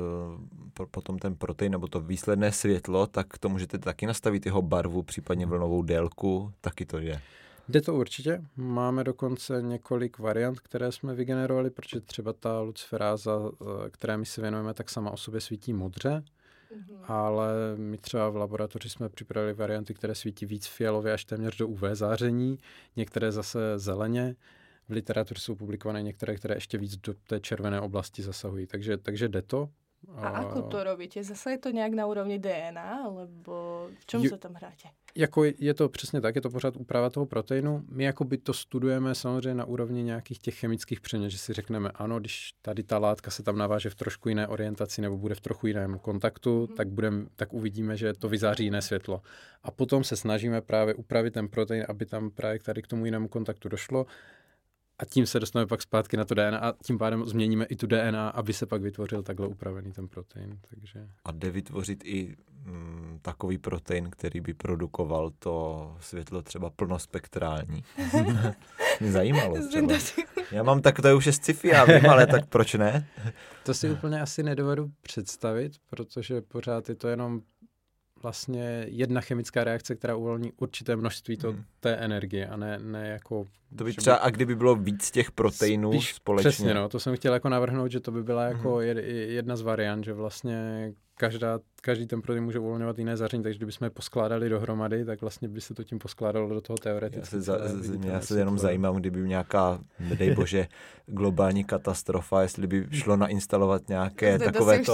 Speaker 3: potom ten protein nebo to výsledné světlo, tak to můžete taky nastavit jeho barvu, případně vlnovou délku, taky to je.
Speaker 1: Jde to určitě. Máme dokonce několik variant, které jsme vygenerovali, protože třeba ta luciferáza, které my si věnujeme, tak sama o sobě svítí modře, mm-hmm. ale my třeba v laboratoři jsme připravili varianty, které svítí víc fialově až téměř do U V záření, některé zase zeleně. V literatuře jsou publikované některé, které ještě víc do té červené oblasti zasahují. Takže, takže jde to.
Speaker 2: A ako to robíte? Zase je to nějak na úrovni D N A? Alebo v čom jo, se tam hráte?
Speaker 1: Jako je to přesně tak, je to pořád úprava toho proteinu. My jakoby to studujeme samozřejmě na úrovni nějakých těch chemických přeměn, že si řekneme, ano, když tady ta látka se tam naváže v trošku jiné orientaci nebo bude v trochu jiném kontaktu, mm. tak, budem, tak uvidíme, že to vyzáří jiné světlo. A potom se snažíme právě upravit ten protein, aby tam právě tady k tomu jinému kontaktu došlo. A tím se dostaneme pak zpátky na to D N A a tím pádem změníme i tu D N A, aby se pak vytvořil takhle upravený ten protein. Takže...
Speaker 3: A jde vytvořit i mm, takový protein, který by produkoval to světlo třeba plnospektrální. Mě zajímalo třeba. Já mám tak, to je už je sci-fi, já vím, ale tak proč ne?
Speaker 1: To si úplně asi nedovedu představit, protože pořád je to jenom vlastně jedna chemická reakce, která uvolní určité množství to, hmm. té energie a ne, ne jako...
Speaker 3: To by třeba, by... a kdyby bylo víc těch proteinů
Speaker 1: spíš
Speaker 3: společně.
Speaker 1: Přesně, no, to jsem chtěl jako navrhnout, že to by byla jako hmm. jedna z variant, že vlastně každá, každý ten protein může uvolňovat jiné záření, takže kdybychom je poskládali dohromady, tak vlastně by se to tím poskládalo do toho teoreticky.
Speaker 3: Já se, za, já se jenom zajímám, kdyby nějaká, nedej bože, globální katastrofa, jestli by šlo nainstalovat nějaké takovéto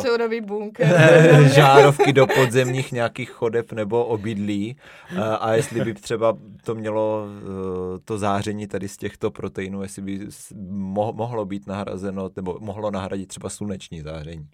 Speaker 3: žárovky do podzemních nějakých chodeb nebo obydlí a, a jestli by třeba to mělo to záření tady z těchto proteinů, jestli by mohlo být nahrazeno nebo mohlo nahradit třeba sluneční záření.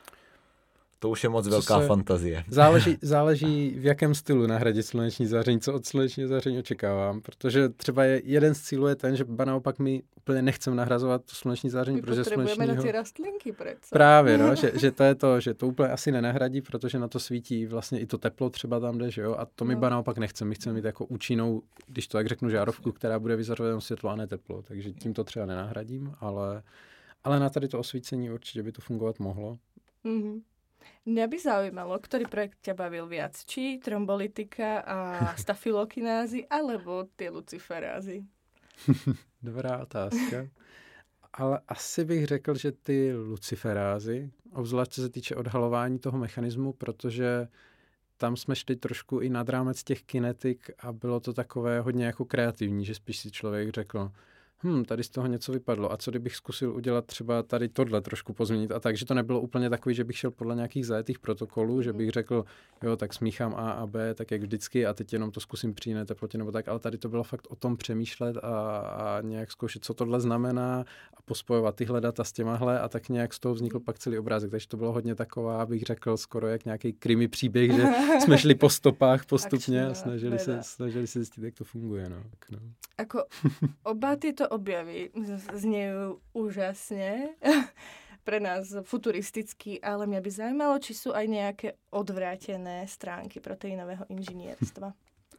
Speaker 3: To už je moc velká fantazie.
Speaker 1: Záleží, záleží, v jakém stylu nahradit sluneční záření, co od slunečního záření očekávám, protože třeba je, jeden z cílů je ten, že ba naopak my úplně nechceme nahrazovat to sluneční záření, my protože
Speaker 2: slunečního...
Speaker 1: slunečního...
Speaker 2: na ty rastlinky přece.
Speaker 1: Právě, no, že, že to je to, že to úplně asi nenahradí, protože na to svítí vlastně i to teplo třeba tam jde, že jo, a to my no. ba naopak nechceme, my chceme mít jako účinnou, když to tak řeknu, žárovku, která bude vyzařovat jenom světlo a ne teplo, takže tím to třeba nenahradím, ale, ale na tady to osvícení určitě by to fungovat mohlo.
Speaker 2: Mm-hmm. Mňa by zaujímalo, ktorý projekt ťa bavil viac? Či trombolitika a stafilokinázy, alebo tie luciferázy?
Speaker 1: Dobrá otázka. Ale asi bych řekl, že ty luciferázy, obzvlášť co se týče odhalování toho mechanismu, protože tam jsme šli trošku i nad rámec těch kinetik a bylo to takové hodně jako kreativní, že spíš si člověk řekl, hm, tady z toho něco vypadlo a co kdybych zkusil udělat třeba tady tohle trošku pozměnit a tak, že to nebylo úplně takový, že bych šel podle nějakých zajetých protokolů, že bych řekl, jo, tak smíchám A a B, tak jak vždycky a teď jenom to zkusím při jiné teplotě nebo tak, ale tady to bylo fakt o tom přemýšlet a, a nějak zkoušet, co tohle znamená a pospojovat tyhle data s těmahle a tak nějak z toho vznikl pak celý obrázek, takže to bylo hodně taková, bych řekl, skoro jak nějaký krimi příběh, že jsme šli po stopách postupně a snažili se, snažili se zjistit, jak to funguje. No. No.
Speaker 2: Ako oba tyto objavy znejú úžasne pre nás futuristicky, ale mňa by zaujímalo, či sú aj nejaké odvrátené stránky proteinového inžinierstva.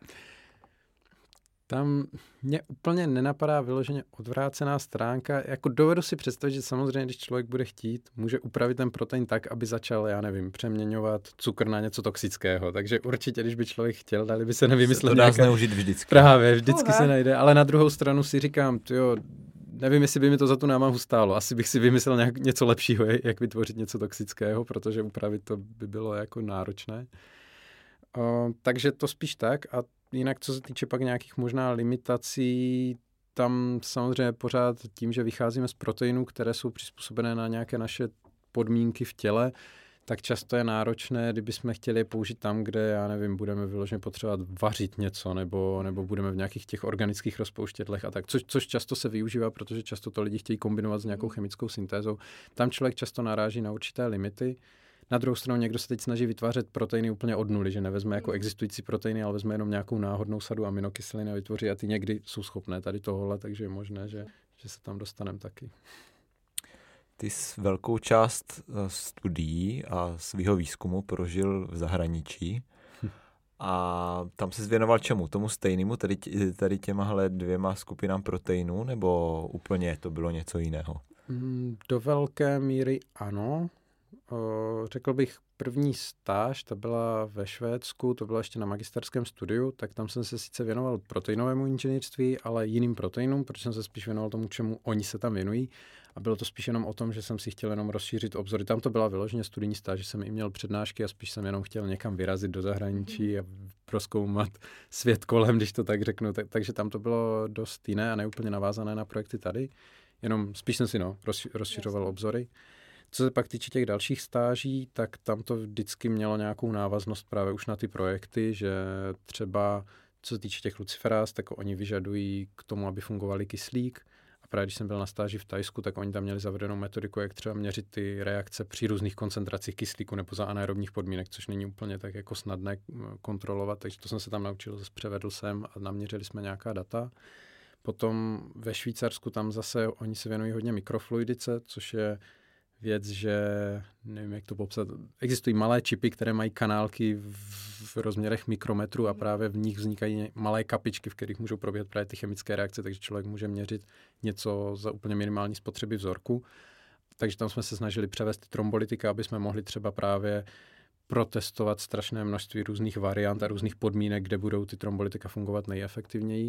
Speaker 1: Tam mě úplně nenapadá vyloženě odvrácená stránka. Jako dovedu si představit, že samozřejmě, když člověk bude chtít, může upravit ten protein tak, aby začal, já nevím, přeměňovat cukr na něco toxického. Takže určitě, když by člověk chtěl, dali by se nevymyslet.
Speaker 3: To dá nějaká... zneužít vždycky.
Speaker 1: Právě, vždycky Uha. se najde. Ale na druhou stranu si říkám, jo, nevím, jestli by mi to za tu námahu stálo. Asi bych si vymyslel nějak, něco lepšího, jak vytvořit něco toxického, protože upravit to by bylo jako náročné. O, takže to spíš tak. A jinak, co se týče pak nějakých možná limitací, tam samozřejmě pořád tím, že vycházíme z proteinů, které jsou přizpůsobené na nějaké naše podmínky v těle, tak často je náročné, kdybychom chtěli je použít tam, kde, já nevím, budeme vyloženě potřebovat vařit něco, nebo, nebo budeme v nějakých těch organických rozpouštědlech a tak, což, což často se využívá, protože často to lidi chtějí kombinovat s nějakou chemickou syntézou. Tam člověk často naráží na určité limity. Na druhou stranu někdo se teď snaží vytvářet proteiny úplně od nuly, že nevezme jako existující proteiny, ale vezme jenom nějakou náhodnou sadu aminokyselin a vytvoří a ty někdy jsou schopné tady tohle, takže je možné, že, že se tam dostaneme taky.
Speaker 3: Ty jsi velkou část studií a svého výzkumu prožil v zahraničí a tam se věnoval čemu? Tomu stejnému, tady, tady těmahle dvěma skupinám proteinů, nebo úplně to bylo něco jiného?
Speaker 1: Do velké míry ano. O, řekl bych, první stáž, ta byla ve Švédsku, to bylo ještě na magisterském studiu, tak tam jsem se sice věnoval proteinovému inženýrství, ale jiným proteinům, protože jsem se spíš věnoval tomu, čemu oni se tam věnují. A bylo to spíš jenom o tom, že jsem si chtěl jenom rozšířit obzory. Tam to byla vyloženě studijní stáž, že jsem i měl přednášky a spíš jsem jenom chtěl někam vyrazit do zahraničí a prozkoumat svět kolem, když to tak řeknu. Tak, takže tam to bylo dost jiné a neúplně navázané na projekty tady. Jenom spíš jsem si no, rozšiřoval obzory. Co se pak týče těch dalších stáží, tak tam to vždycky mělo nějakou návaznost právě už na ty projekty, že třeba co se týče těch luciferáz, tak oni vyžadují k tomu, aby fungovali kyslík. A právě když jsem byl na stáži v Thajsku, tak oni tam měli zavedenou metodiku, jak třeba měřit ty reakce při různých koncentracích kyslíku nebo za anaerobních podmínek, což není úplně tak jako snadné kontrolovat, takže to jsem se tam naučil, zase převedl jsem a naměřili jsme nějaká data. Potom ve Švýcarsku tam zase oni se věnují hodně mikrofluidice, což je věc, že nevím, jak to popsat. Existují malé čipy, které mají kanálky v rozměrech mikrometru a právě v nich vznikají malé kapičky, v kterých můžou probíhat právě ty chemické reakce, takže člověk může měřit něco za úplně minimální spotřeby vzorku. Takže tam jsme se snažili převést trombolitika, aby jsme mohli třeba právě protestovat strašné množství různých variant a různých podmínek, kde budou ty trombolitika fungovat nejefektivněji.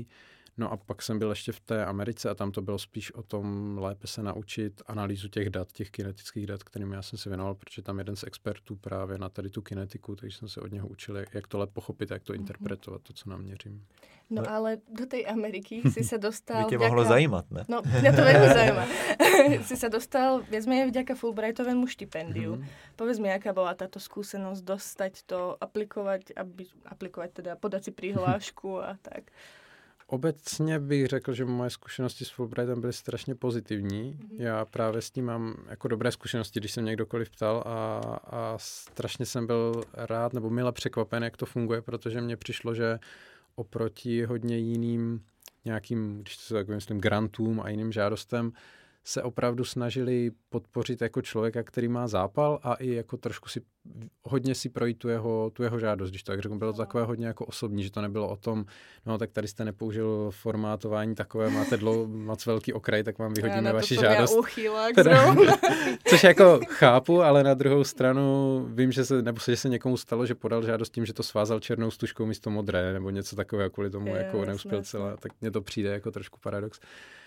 Speaker 1: No a pak jsem byl ještě v té Americe a tam to bylo spíš o tom lépe se naučit analýzu těch dat, těch kinetických dat, kterým já jsem se věnoval, protože tam jeden z expertů právě na tady tu kinetiku, takže jsem se od něho učil, jak to lépe pochopit, jak to interpretovat, to, co naměřím.
Speaker 2: No ale do tej Ameriky si sa dostal...
Speaker 3: By tě mohlo
Speaker 2: vďaka...
Speaker 3: zajímat, ne?
Speaker 2: No, mňa to veľmi zaujíma. Si sa dostal viac menej vďaka Fulbrightovému štipendiu. Mm-hmm. Povedz mi, aká bola táto skúsenosť dostať to, aplikovať, aby, aplikovať teda, podať si prihlášku a tak.
Speaker 1: Obecně bych řekl, že moje zkušenosti s Fulbrightem byly strašně pozitivní. Mm-hmm. Já právě s tím mám jako dobré zkušenosti, když se mě kdokoliv ptal a, a strašně jsem byl rád nebo mile překvapen, jak to funguje, protože mně přišlo, že oproti hodně jiným nějakým, když to se tak myslím, grantům a jiným žádostem, se opravdu snažili podpořit jako člověka, který má zápal a i jako trošku si, hodně si projít tu jeho, tu jeho žádost, když tak řeknu. Bylo to takové hodně jako osobní, že to nebylo o tom, no tak tady jste nepoužil formátování takové, máte dlouho, moc velký okraj, tak vám vyhodíme
Speaker 2: ja,
Speaker 1: vaši
Speaker 2: to
Speaker 1: žádost.
Speaker 2: Uchylák zrovna.
Speaker 1: Což jako chápu, ale na druhou stranu vím, že se, nebo se, že se někomu stalo, že podal žádost tím, že to svázal černou stužkou místo modré, nebo něco takového, kvůli tomu
Speaker 2: je,
Speaker 1: jako neuspěl celé, tak mně to přijde jako trošku paradox.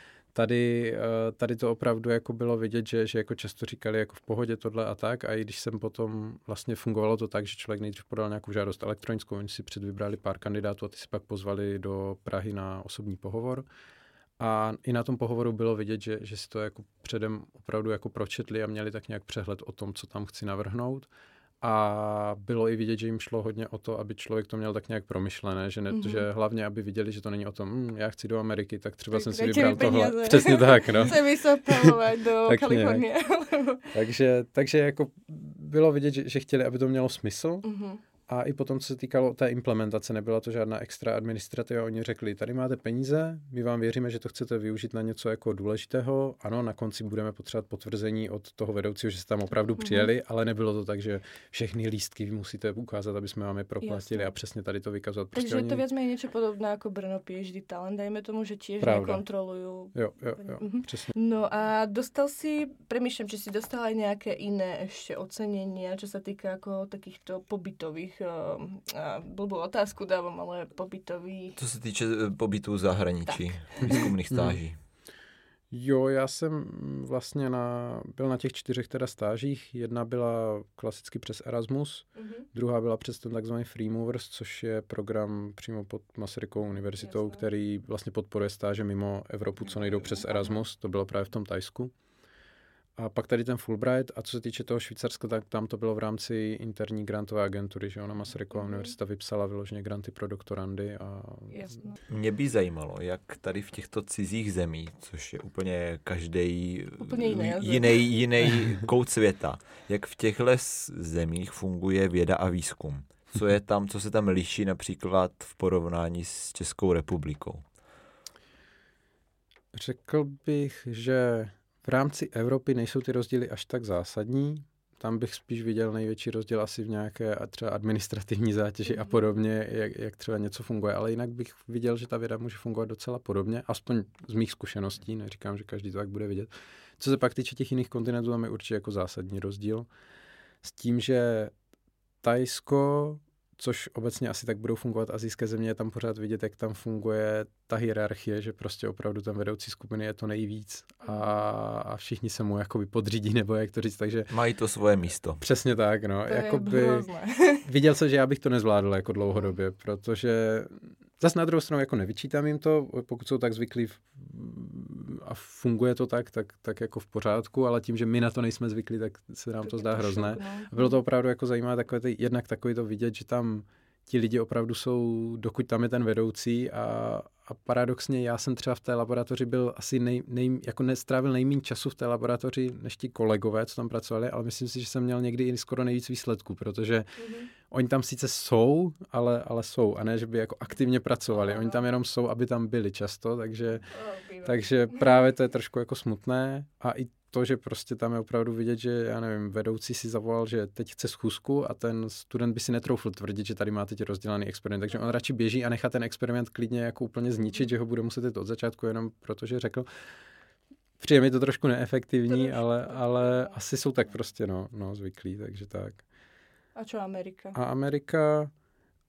Speaker 1: Tady, tady to opravdu jako bylo vidět, že, že jako často říkali jako v pohodě tohle a tak a i když jsem potom vlastně fungovalo to tak, že člověk nejdřív podal nějakou žádost elektronickou, oni si předvybrali pár kandidátů a ty si pak pozvali do Prahy na osobní pohovor a i na tom pohovoru bylo vidět, že, že si to jako předem opravdu jako pročetli a měli tak nějak přehled o tom, co tam chci navrhnout. A bylo i vidět, že jim šlo hodně o to, aby člověk to měl tak nějak promyšlené, že, ne, mm-hmm. že hlavně, aby viděli, že to není o tom, hm, já chci do Ameriky, tak třeba tak jsem si vybral tohle. Přesně tak, no.
Speaker 2: Chce vysapalovat do Kalifornie.
Speaker 1: takže, takže jako bylo vidět, že, že chtěli, aby to mělo smysl. Mm-hmm. A i potom, co se týkalo té implementace, nebyla to žádná extra administrativa. Oni řekli, tady máte peníze, my vám věříme, že to chcete využít na něco jako důležitého. Ano, na konci budeme potřebovat potvrzení od toho vedoucího, že jste tam opravdu přijeli, mm-hmm. ale nebylo to tak, že všechny lístky musíte ukázat, aby jsme vám je proplatili. Jasne. A přesně tady to vykazovat.
Speaker 2: Takže
Speaker 1: prostě
Speaker 2: je to
Speaker 1: oni...
Speaker 2: viac menej niečo podobné ako Brno PhD Talent, dajme tomu, že tiež nekontrolujú.
Speaker 1: Jo, jo, jo, mm-hmm. přesně.
Speaker 2: No a dostal si, premýšľam, či si dostal aj nejaké iné ešte ocenenia, čo sa týka ako takýchto pobytových a blbou otázku dávam, ale pobytový...
Speaker 3: Co se týče pobytů v zahraničí, výzkumných stáží.
Speaker 1: Jo, já jsem vlastně na, byl na těch čtyřech teda stážích. Jedna byla klasicky přes Erasmus, mm-hmm. druhá byla přes ten takzvaný Free Movers, což je program přímo pod Masarykovou univerzitou, Jasne. který vlastně podporuje stáže mimo Evropu, co nejdou přes Erasmus. To bylo právě v tom Thajsku. A pak tady ten Fulbright, a co se týče toho Švýcarska, tak tam to bylo v rámci interní grantové agentury, že ona Masaryková mm-hmm. univerzita vypsala vyloženě granty pro doktorandy. A...
Speaker 2: Jasně.
Speaker 3: Mě by zajímalo, jak tady v těchto cizích zemích, což je úplně každý jiný, jiný kout světa, jak v těchto zemích funguje věda a výzkum. Co je tam, co se tam liší například v porovnání s Českou republikou?
Speaker 1: Řekl bych, že v rámci Evropy nejsou ty rozdíly až tak zásadní. Tam bych spíš viděl největší rozdíl asi v nějaké třeba administrativní zátěži a podobně, jak, jak třeba něco funguje. Ale jinak bych viděl, že ta věda může fungovat docela podobně, aspoň z mých zkušeností. Neříkám, že každý to tak bude vidět. Co se pak týče těch jiných kontinentů, tam je určitě jako zásadní rozdíl. S tím, že Thajsko, což obecně asi tak budou fungovat asijské země, je tam pořád vidět, jak tam funguje ta hierarchie, že prostě opravdu ten vedoucí skupiny je to nejvíc a, a všichni se mu jakoby podřídí, nebo jak to říct, takže...
Speaker 3: Mají to svoje místo.
Speaker 1: Přesně tak, no. Jakoby, viděl jsem, že já bych to nezvládl jako dlouhodobě, protože zase na druhou stranu jako nevyčítám jim to, pokud jsou tak zvyklí v, a funguje to tak, tak, tak jako v pořádku, ale tím, že my na to nejsme zvyklí, tak se nám to zdá hrozné. A bylo to opravdu jako zajímavé takové ty, jednak takový to vidět, že tam ti lidi opravdu jsou, dokud tam je ten vedoucí a, a paradoxně já jsem třeba v té laboratoři byl asi nej, nej, jako nestrávil nejméně času v té laboratoři než ti kolegové, co tam pracovali, ale myslím si, že jsem měl někdy i skoro nejvíc výsledků, protože mm-hmm. oni tam sice jsou, ale, ale jsou a ne, že by jako aktivně pracovali. Oni tam jenom jsou, aby tam byli často, takže, takže právě to je trošku jako smutné a i to, že prostě tam je opravdu vidět, že já nevím, vedoucí si zavolal, že teď chce schůzku a ten student by si netroufl tvrdit, že tady má teď rozdělaný experiment, takže on radši běží a nechá ten experiment klidně jako úplně zničit, že ho bude muset jít od začátku jenom protože řekl. Přijde mi to trošku neefektivní, ale, ale asi jsou tak prostě no, no zvyklí, takže tak.
Speaker 2: A čo Amerika?
Speaker 1: A Amerika,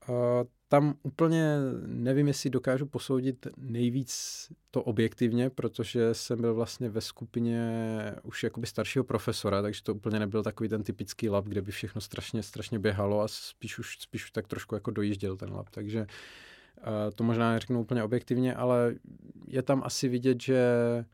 Speaker 1: Uh, tam úplně nevím, jestli dokážu posoudit nejvíc to objektivně, protože jsem byl vlastně ve skupině už jakoby staršího profesora, takže to úplně nebyl takový ten typický lab, kde by všechno strašně, strašně běhalo a spíš už, spíš už tak trošku jako dojížděl ten lab, takže uh, to možná neřeknu úplně objektivně, ale je tam asi vidět, že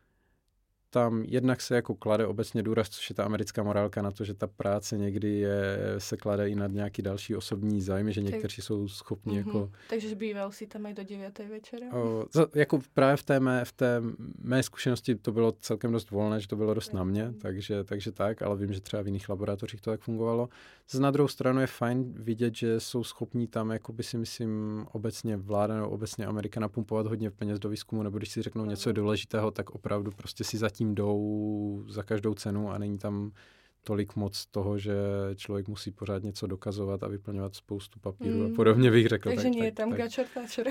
Speaker 1: tam jednak se jako klade obecně důraz, což je ta americká morálka na to, že ta práce někdy je, se klade i nad nějaký další osobní zájmy, že někteří tak, jsou schopni mm-hmm. jako...
Speaker 2: Takže býval si tam aj do deváté večera?
Speaker 1: O, za, jako právě v té, mé, v té mé zkušenosti to bylo celkem dost volné, že to bylo dost na mě, takže, takže tak, ale vím, že třeba v jiných laboratořích to tak fungovalo. Z na druhou stranu je fajn vidět, že jsou schopní tam, jako by si myslím, obecně vláda nebo obecně Amerika napumpovat hodně peněz do výzkumu, nebo když si řeknou něco důležitého, tak opravdu prostě si zatím tím jdou za každou cenu a není tam tolik moc toho, že člověk musí pořád něco dokazovat a vyplňovat spoustu papíru mm. a podobně bych řekl.
Speaker 2: Takže
Speaker 1: tak,
Speaker 2: nie je
Speaker 1: tak,
Speaker 2: tam
Speaker 1: tak.
Speaker 2: gačer táčer.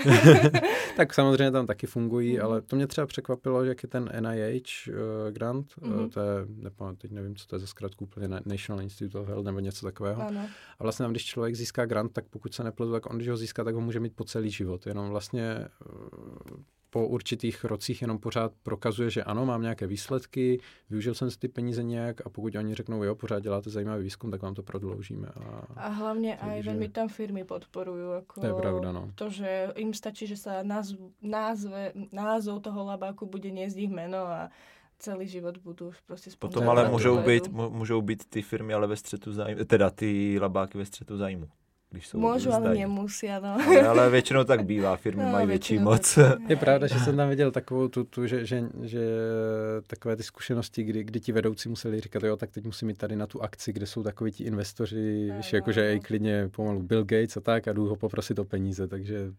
Speaker 1: Tak samozřejmě tam taky fungují, mm. ale to mě třeba překvapilo, že jak je ten N I H uh, grant, mm. uh, to je, nepam, teď nevím, co to je za zkrátku, úplně National Institute of Health nebo něco takového.
Speaker 2: Ano.
Speaker 1: A vlastně tam, když člověk získá grant, tak pokud se nepletu, tak on, když ho získá, tak ho může mít po celý život. Jenom vlastně uh, po určitých rocích jenom pořád prokazuje, že ano, mám nějaké výsledky, využil jsem si ty peníze nějak a pokud oni řeknou, jo, pořád děláte zajímavý výzkum, tak vám to prodloužíme. A,
Speaker 2: a hlavně takže... aj veľmi tam firmy podporujú. Ako
Speaker 1: to je pravda, no.
Speaker 2: To, že im stačí, že sa názv, názve, názov toho labáku bude niesť ich meno a celý život budú prostě spolu.
Speaker 3: Potom ale můžou být, můžou být ty firmy ale ve střetu zájmu, teda ty labáky ve střetu zájmu.
Speaker 2: Můžu, ale nemusí, no.
Speaker 3: Ale, ale většinou tak bývá, firmy no, mají větší moc.
Speaker 1: Je pravda, že jsem tam viděl takovou tu, tu že, že, že takové ty zkušenosti, kdy, kdy ti vedoucí museli říkat, jo, tak teď musím jít tady na tu akci, kde jsou takoví ti investoři, víš, jakože je klidně pomalu Bill Gates a tak a jdu ho poprosit o peníze, takže...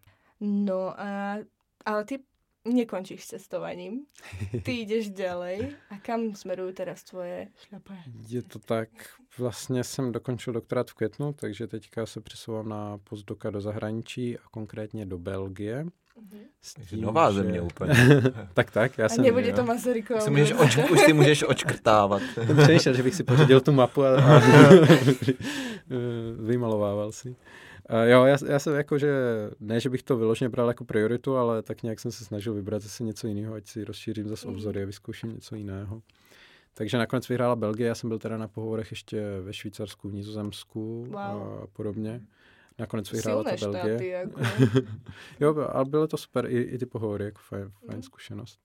Speaker 2: No, a, ale ty nekončíš s cestovaním, ty jdeš ďalej a kam smerujú teraz tvoje šľapé?
Speaker 1: Je to tak, vlastně jsem dokončil doktorát v květnu, takže teďka se přesouvám na postdoka do zahraničí a konkrétně do Belgie.
Speaker 3: Tím, nová země že... úplně.
Speaker 1: tak, tak. Já
Speaker 2: a
Speaker 1: jsem,
Speaker 2: nebude to Masarykova.
Speaker 3: Oč- už si můžeš očkrtávat.
Speaker 1: Jsem přemýšlel, že bych si pořídil tu mapu a, a vymalovával si. Uh, jo, já, já jsem jako, že ne, že bych to vyloženě bral jako prioritu, ale tak nějak jsem se snažil vybrat zase něco jiného, ať si rozšířím zase obzory a vyzkouším něco jiného. Takže nakonec vyhrála Belgie, já jsem byl teda na pohovorech ještě ve Švýcarsku, v Nizozemsku wow. a podobně. Nakonec vyhrála ta Belgie.
Speaker 2: Štáty, jako.
Speaker 1: Jo, ale bylo to super, i, i ty pohovory, jako fajn, fajn mm. zkušenost.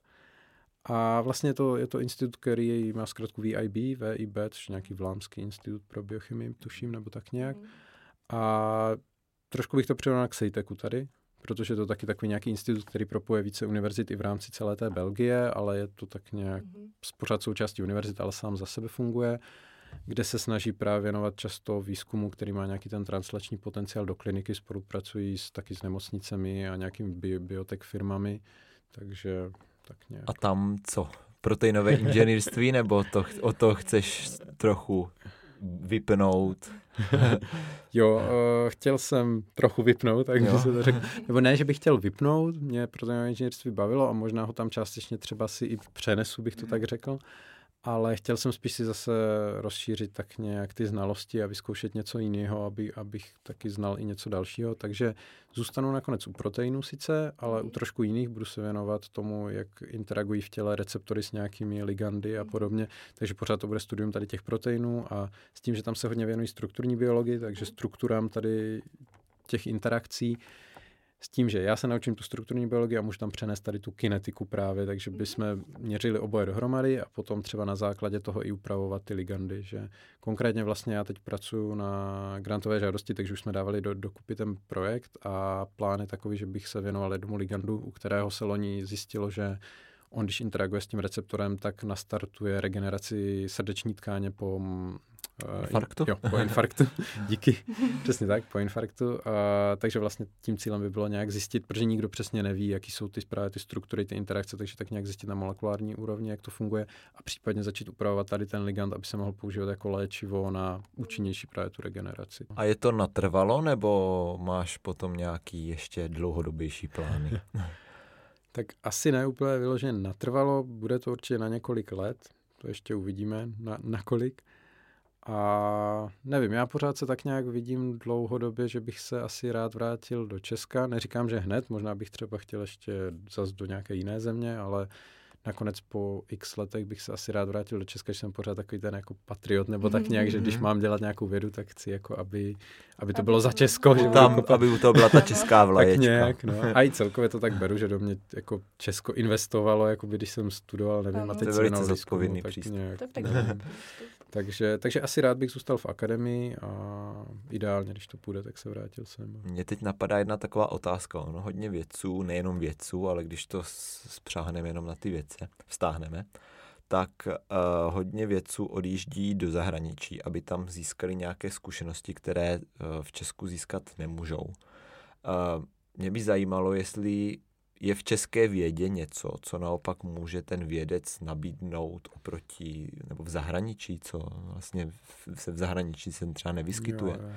Speaker 1: A vlastně to, je to institut, který má zkrátku V I B, V I B, což je nějaký vlámský institut pro biochemii, tuším, nebo tak nějak. Mm. A trošku bych to přirovnal k SEITECu tady, protože je to taky takový nějaký institut, který propojuje více univerzit i v rámci celé té Belgie, ale je to tak nějak mm-hmm. pořád součástí univerzit, ale sám za sebe funguje, kde se snaží právě věnovat často výzkumu, který má nějaký ten translační potenciál do kliniky, spolupracují s, taky s nemocnicemi a nějakými bi- biotech firmami, takže tak nějak.
Speaker 3: A tam co? Proteinové inženýrství, nebo to, o to chceš trochu vypnout?
Speaker 1: Jo, uh, chtěl jsem trochu vypnout, takže se to řekl. Nebo ne, že bych chtěl vypnout, mě proteinové inženýrství bavilo a možná ho tam částečně třeba si i přenesu, bych to tak řekl. Ale chtěl jsem spíš si zase rozšířit tak nějak ty znalosti a vyzkoušet něco jiného, aby, abych taky znal i něco dalšího. Takže zůstanu nakonec u proteinů sice, ale u trošku jiných budu se věnovat tomu, jak interagují v těle receptory s nějakými ligandy a podobně. Takže pořád to bude studium tady těch proteinů a s tím, že tam se hodně věnují strukturní biologii, takže strukturám tady těch interakcí. S tím, že já se naučím tu strukturní biologii a můžu tam přenést tady tu kinetiku právě, takže bychom měřili oboje dohromady a potom třeba na základě toho i upravovat ty ligandy, že konkrétně vlastně já teď pracuji na grantové žádosti, takže už jsme dávali do, dokupy ten projekt a plán je takový, že bych se věnoval jednomu ligandu, u kterého se loni zjistilo, že on, když interaguje s tím receptorem, tak nastartuje regeneraci srdeční tkáně po
Speaker 3: infarktu?
Speaker 1: Jo, po infarktu. Díky. Přesně tak, po infarktu. Uh, takže vlastně tím cílem by bylo nějak zjistit, protože nikdo přesně neví, jaký jsou ty právě ty struktury, ty interakce, takže tak nějak zjistit na molekulární úrovni, jak to funguje a případně začít upravovat tady ten ligand, aby se mohl používat jako léčivo na účinnější právě tu regeneraci.
Speaker 3: A je to natrvalo, nebo máš potom nějaký ještě dlouhodobější plány?
Speaker 1: Tak asi ne úplně vyloženě natrvalo, bude to určitě na několik let, to ještě uvidíme, na, na kolik. A nevím, já pořád se tak nějak vidím dlouhodobě, že bych se asi rád vrátil do Česka. Neříkám, že hned, možná bych třeba chtěl ještě zas do nějaké jiné země, ale nakonec po x letech bych se asi rád vrátil do Česka, že jsem pořád takový ten jako patriot, nebo tak nějak, že když mám dělat nějakou vědu, tak chci jako, aby, aby to bylo za Česko. Že
Speaker 3: tam,
Speaker 1: jako,
Speaker 3: aby u toho byla ta česká vlaječka.
Speaker 1: Tak nějak, no. A i celkově to tak beru, že do mě jako Česko investovalo, jako když jsem studoval, nevím, a teď
Speaker 3: jsem velice zodpovědný přístup.
Speaker 1: Takže, takže asi rád bych zůstal v akademii a ideálně, když to půjde, tak se vrátil sem.
Speaker 3: Mně teď napadá jedna taková otázka. Ono hodně vědců, nejenom vědců, ale když to spřáhneme jenom na ty vědce, vztáhneme, tak uh, hodně vědců odjíždí do zahraničí, aby tam získali nějaké zkušenosti, které uh, v Česku získat nemůžou. Uh, mě by zajímalo, jestli je v české vědě něco, co naopak může ten vědec nabídnout oproti, nebo v zahraničí, co vlastně se v zahraničí se třeba nevyskytuje? Jo, jo.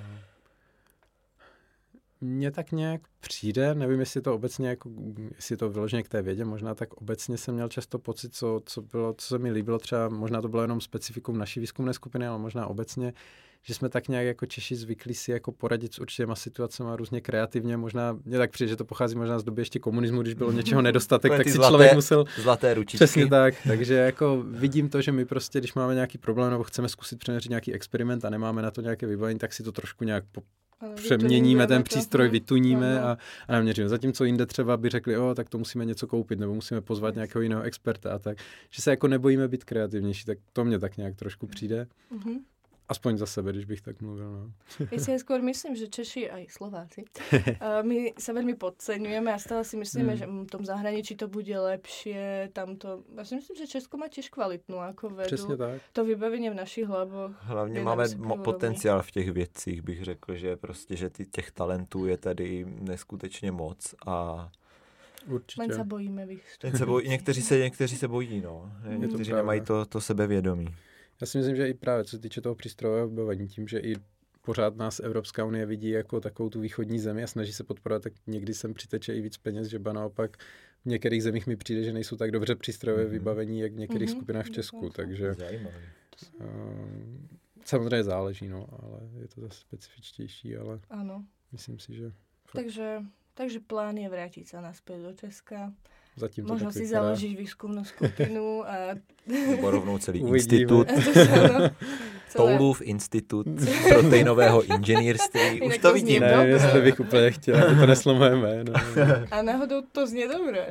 Speaker 1: Mně tak nějak přijde, nevím, jestli to obecně, jako, jestli to vyloženě k té vědě, možná tak obecně jsem měl často pocit, co, co, bylo, co se mi líbilo, třeba možná to bylo jenom specifikum naší výzkumné skupiny, ale možná obecně, že jsme tak nějak jako Češi zvyklí si jako poradit s určitýma situacemi různě kreativně. Možná, mně tak přijde, že to pochází možná z doby ještě komunismu, když bylo něčeho nedostatek, tak si zlaté, člověk musel...
Speaker 3: Zlaté ručičky.
Speaker 1: Přesně tak, takže jako vidím to, že my prostě, když máme nějaký problém nebo chceme zkusit přeměřit nějaký experiment a nemáme na to nějaké vybavení, tak si to trošku nějak po... přeměníme ten přístroj, vytuníme a, a naměříme. Zatímco jinde třeba by řekli, o, tak to musíme něco koupit, nebo musíme pozvat nějakého jiného experta a tak. Že se jako nebojíme být kreativnější, tak to mě tak nějak trošku přijde. Mm-hmm. Aspoň za sebe, když bych tak mluvil. No.
Speaker 2: Ja si aj skôr myslím, že Češi aj Slováci, uh, my sa veľmi podceňujeme a stále si myslíme, mm. že v tom zahraničí to bude lepšie, tamto... Ja si myslím, že Česko má tiež kvalitnú ako vedu.
Speaker 1: Přesně tak.
Speaker 2: To vybavenie v našich hlavoch.
Speaker 3: Hlavně máme mo- potenciál v těch vědcích, bych řekl, že prostě, že ty, těch talentů je tady neskutečně moc a...
Speaker 1: Určitě.
Speaker 2: Len sa bojíme vystúpiť.
Speaker 3: Se bojí, někteří, se, někteří se bojí, no. Někteří nemají to, to sebevědomí.
Speaker 1: Já si myslím, že i právě co se týče toho přístrojového vybavení, tím, že i pořád nás Evropská unie vidí jako takovou tu východní zemi a snaží se podporovat, tak někdy sem přiteče i víc peněz, že ba naopak v některých zemích mi přijde, že nejsou tak dobře přístrojové mm-hmm. vybavení, jak v některých mm-hmm. skupinách v Česku, takže uh, samozřejmě záleží, no, ale je to zase specifičtější, ale
Speaker 2: ano.
Speaker 1: myslím si, že...
Speaker 2: Takže, takže plán je vrátit se nazpět do Česka.
Speaker 1: Zatím to
Speaker 2: možno si vypadá. Založíš výzkumnou skupinu a...
Speaker 3: Nebo rovnou celý institut. Toulův institut proteinového inženýrství. Už to vidím.
Speaker 1: Ne, jestli bych úplně chtěl, aby to neslo moje jméno.
Speaker 2: A náhodou to znie dobré.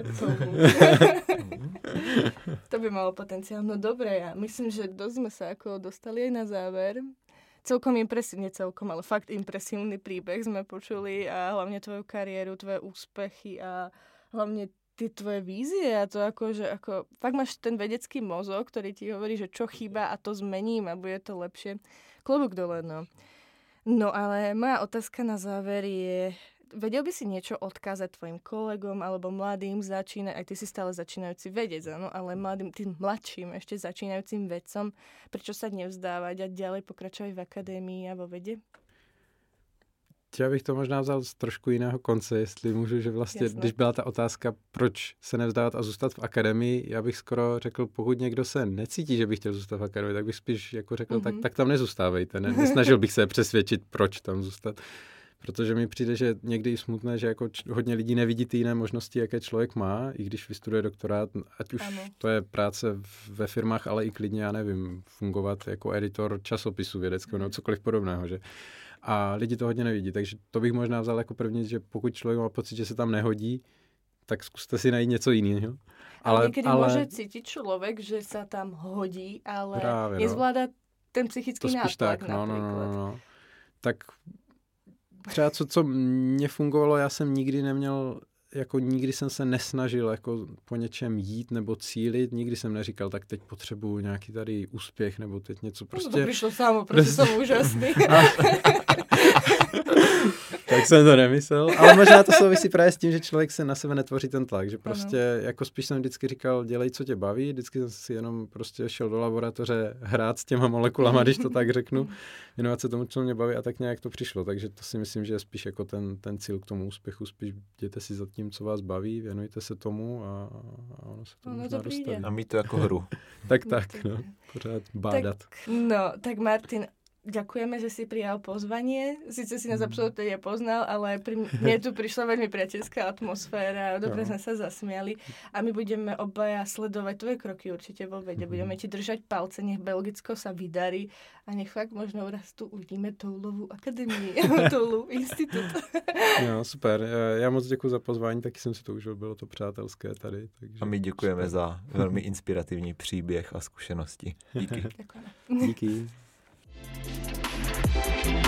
Speaker 2: To by malo potenciál. No dobré, ja myslím, že dosť sme sa ako dostali aj na záver. Celkom impresívne, celkom, ale fakt impresívny príbeh sme počuli a hlavne tvoju kariéru, tvoje úspechy a hlavne ty tvoje vízie a to ako, že ako, fakt máš ten vedecký mozog, ktorý ti hovorí, že čo chýba a to zmením a bude to lepšie. Klobúk dole, no. No ale moja otázka na záver je, vedel by si niečo odkázať tvojim kolegom alebo mladým začína, aj ty si stále začínajúci vedec, áno, ale mladým, tým mladším ešte začínajúcim vedcom, prečo sa nevzdávať a ďalej pokračovať v akadémii a vo vede?
Speaker 1: Já bych to možná vzal z trošku jiného konce, jestli můžu, že vlastně, Jasne. Když byla ta otázka, proč se nevzdávat a zůstat v akademii, já bych skoro řekl, pokud někdo se necítí, že by chtěl zůstat v akademii, tak bych spíš jako řekl, mm-hmm. tak, tak tam nezůstávejte. Ne? Nesnažil bych se přesvědčit, proč tam zůstat. Protože mi přijde, že někdy je smutné, že jako č- hodně lidí nevidí ty jiné možnosti, jaké člověk má, i když vystuduje doktorát, ať už ano. To je práce ve firmách, ale i klidně, já nevím, fungovat jako editor časopisu vědeckého nebo cokoliv podobného, že? A lidi to hodně nevidí, takže to bych možná vzal jako první, že pokud člověk má pocit, že se tam nehodí, tak zkuste si najít něco jiného.
Speaker 2: Ale, ale někdy ale... může cítit člověk, že se tam hodí, ale Právě, nezvládá no. ten psychický nátlak
Speaker 1: tak, no, například. No, no, no. Tak třeba co, co mně fungovalo, já jsem nikdy neměl, jako nikdy jsem se nesnažil jako po něčem jít nebo cílit, nikdy jsem neříkal, tak teď potřebuju nějaký tady úspěch nebo teď něco prostě.
Speaker 2: No to přišlo samo, prostě jsem úžasný.
Speaker 1: Tak jsem to nemyslel, ale možná to souvisí právě s tím, že člověk se na sebe netvoří ten tlak, že prostě ano. jako spíš jsem vždycky říkal, dělej, co tě baví, vždycky jsem si jenom prostě šel do laboratoře hrát s těma molekulama, když to tak řeknu, věnovat se tomu, co mě baví a tak nějak to přišlo, takže to si myslím, že je spíš jako ten, ten cíl k tomu úspěchu, spíš jděte si za tím, co vás baví, věnujte se tomu a, a ono se to možná dostane.
Speaker 3: A mít to jako hru.
Speaker 1: tak tak, no, pořád bádat.
Speaker 2: Tak, no, tak Martin, ďakujeme, že si prijal pozvanie. Sice si nás absolútne nepoznal, ale pri mne tu prišla veľmi priateľská atmosféra. Dobre sme sa zasmiali. A my budeme obaja sledovať tvoje kroky určite vo vede. Budeme ti držať palce, nech Belgicko sa vydarí a nech fakt možno raz tu uvidíme Toulovú akademii, Toulou institut.
Speaker 1: Jo, super. Já moc děkuji za pozvání, taky jsem si to užil, bylo to přátelské tady. Takže
Speaker 3: a my děkujeme super. Za velmi inspirativní příběh a zkušenosti. Díky.
Speaker 2: Děkujeme.
Speaker 1: Díky.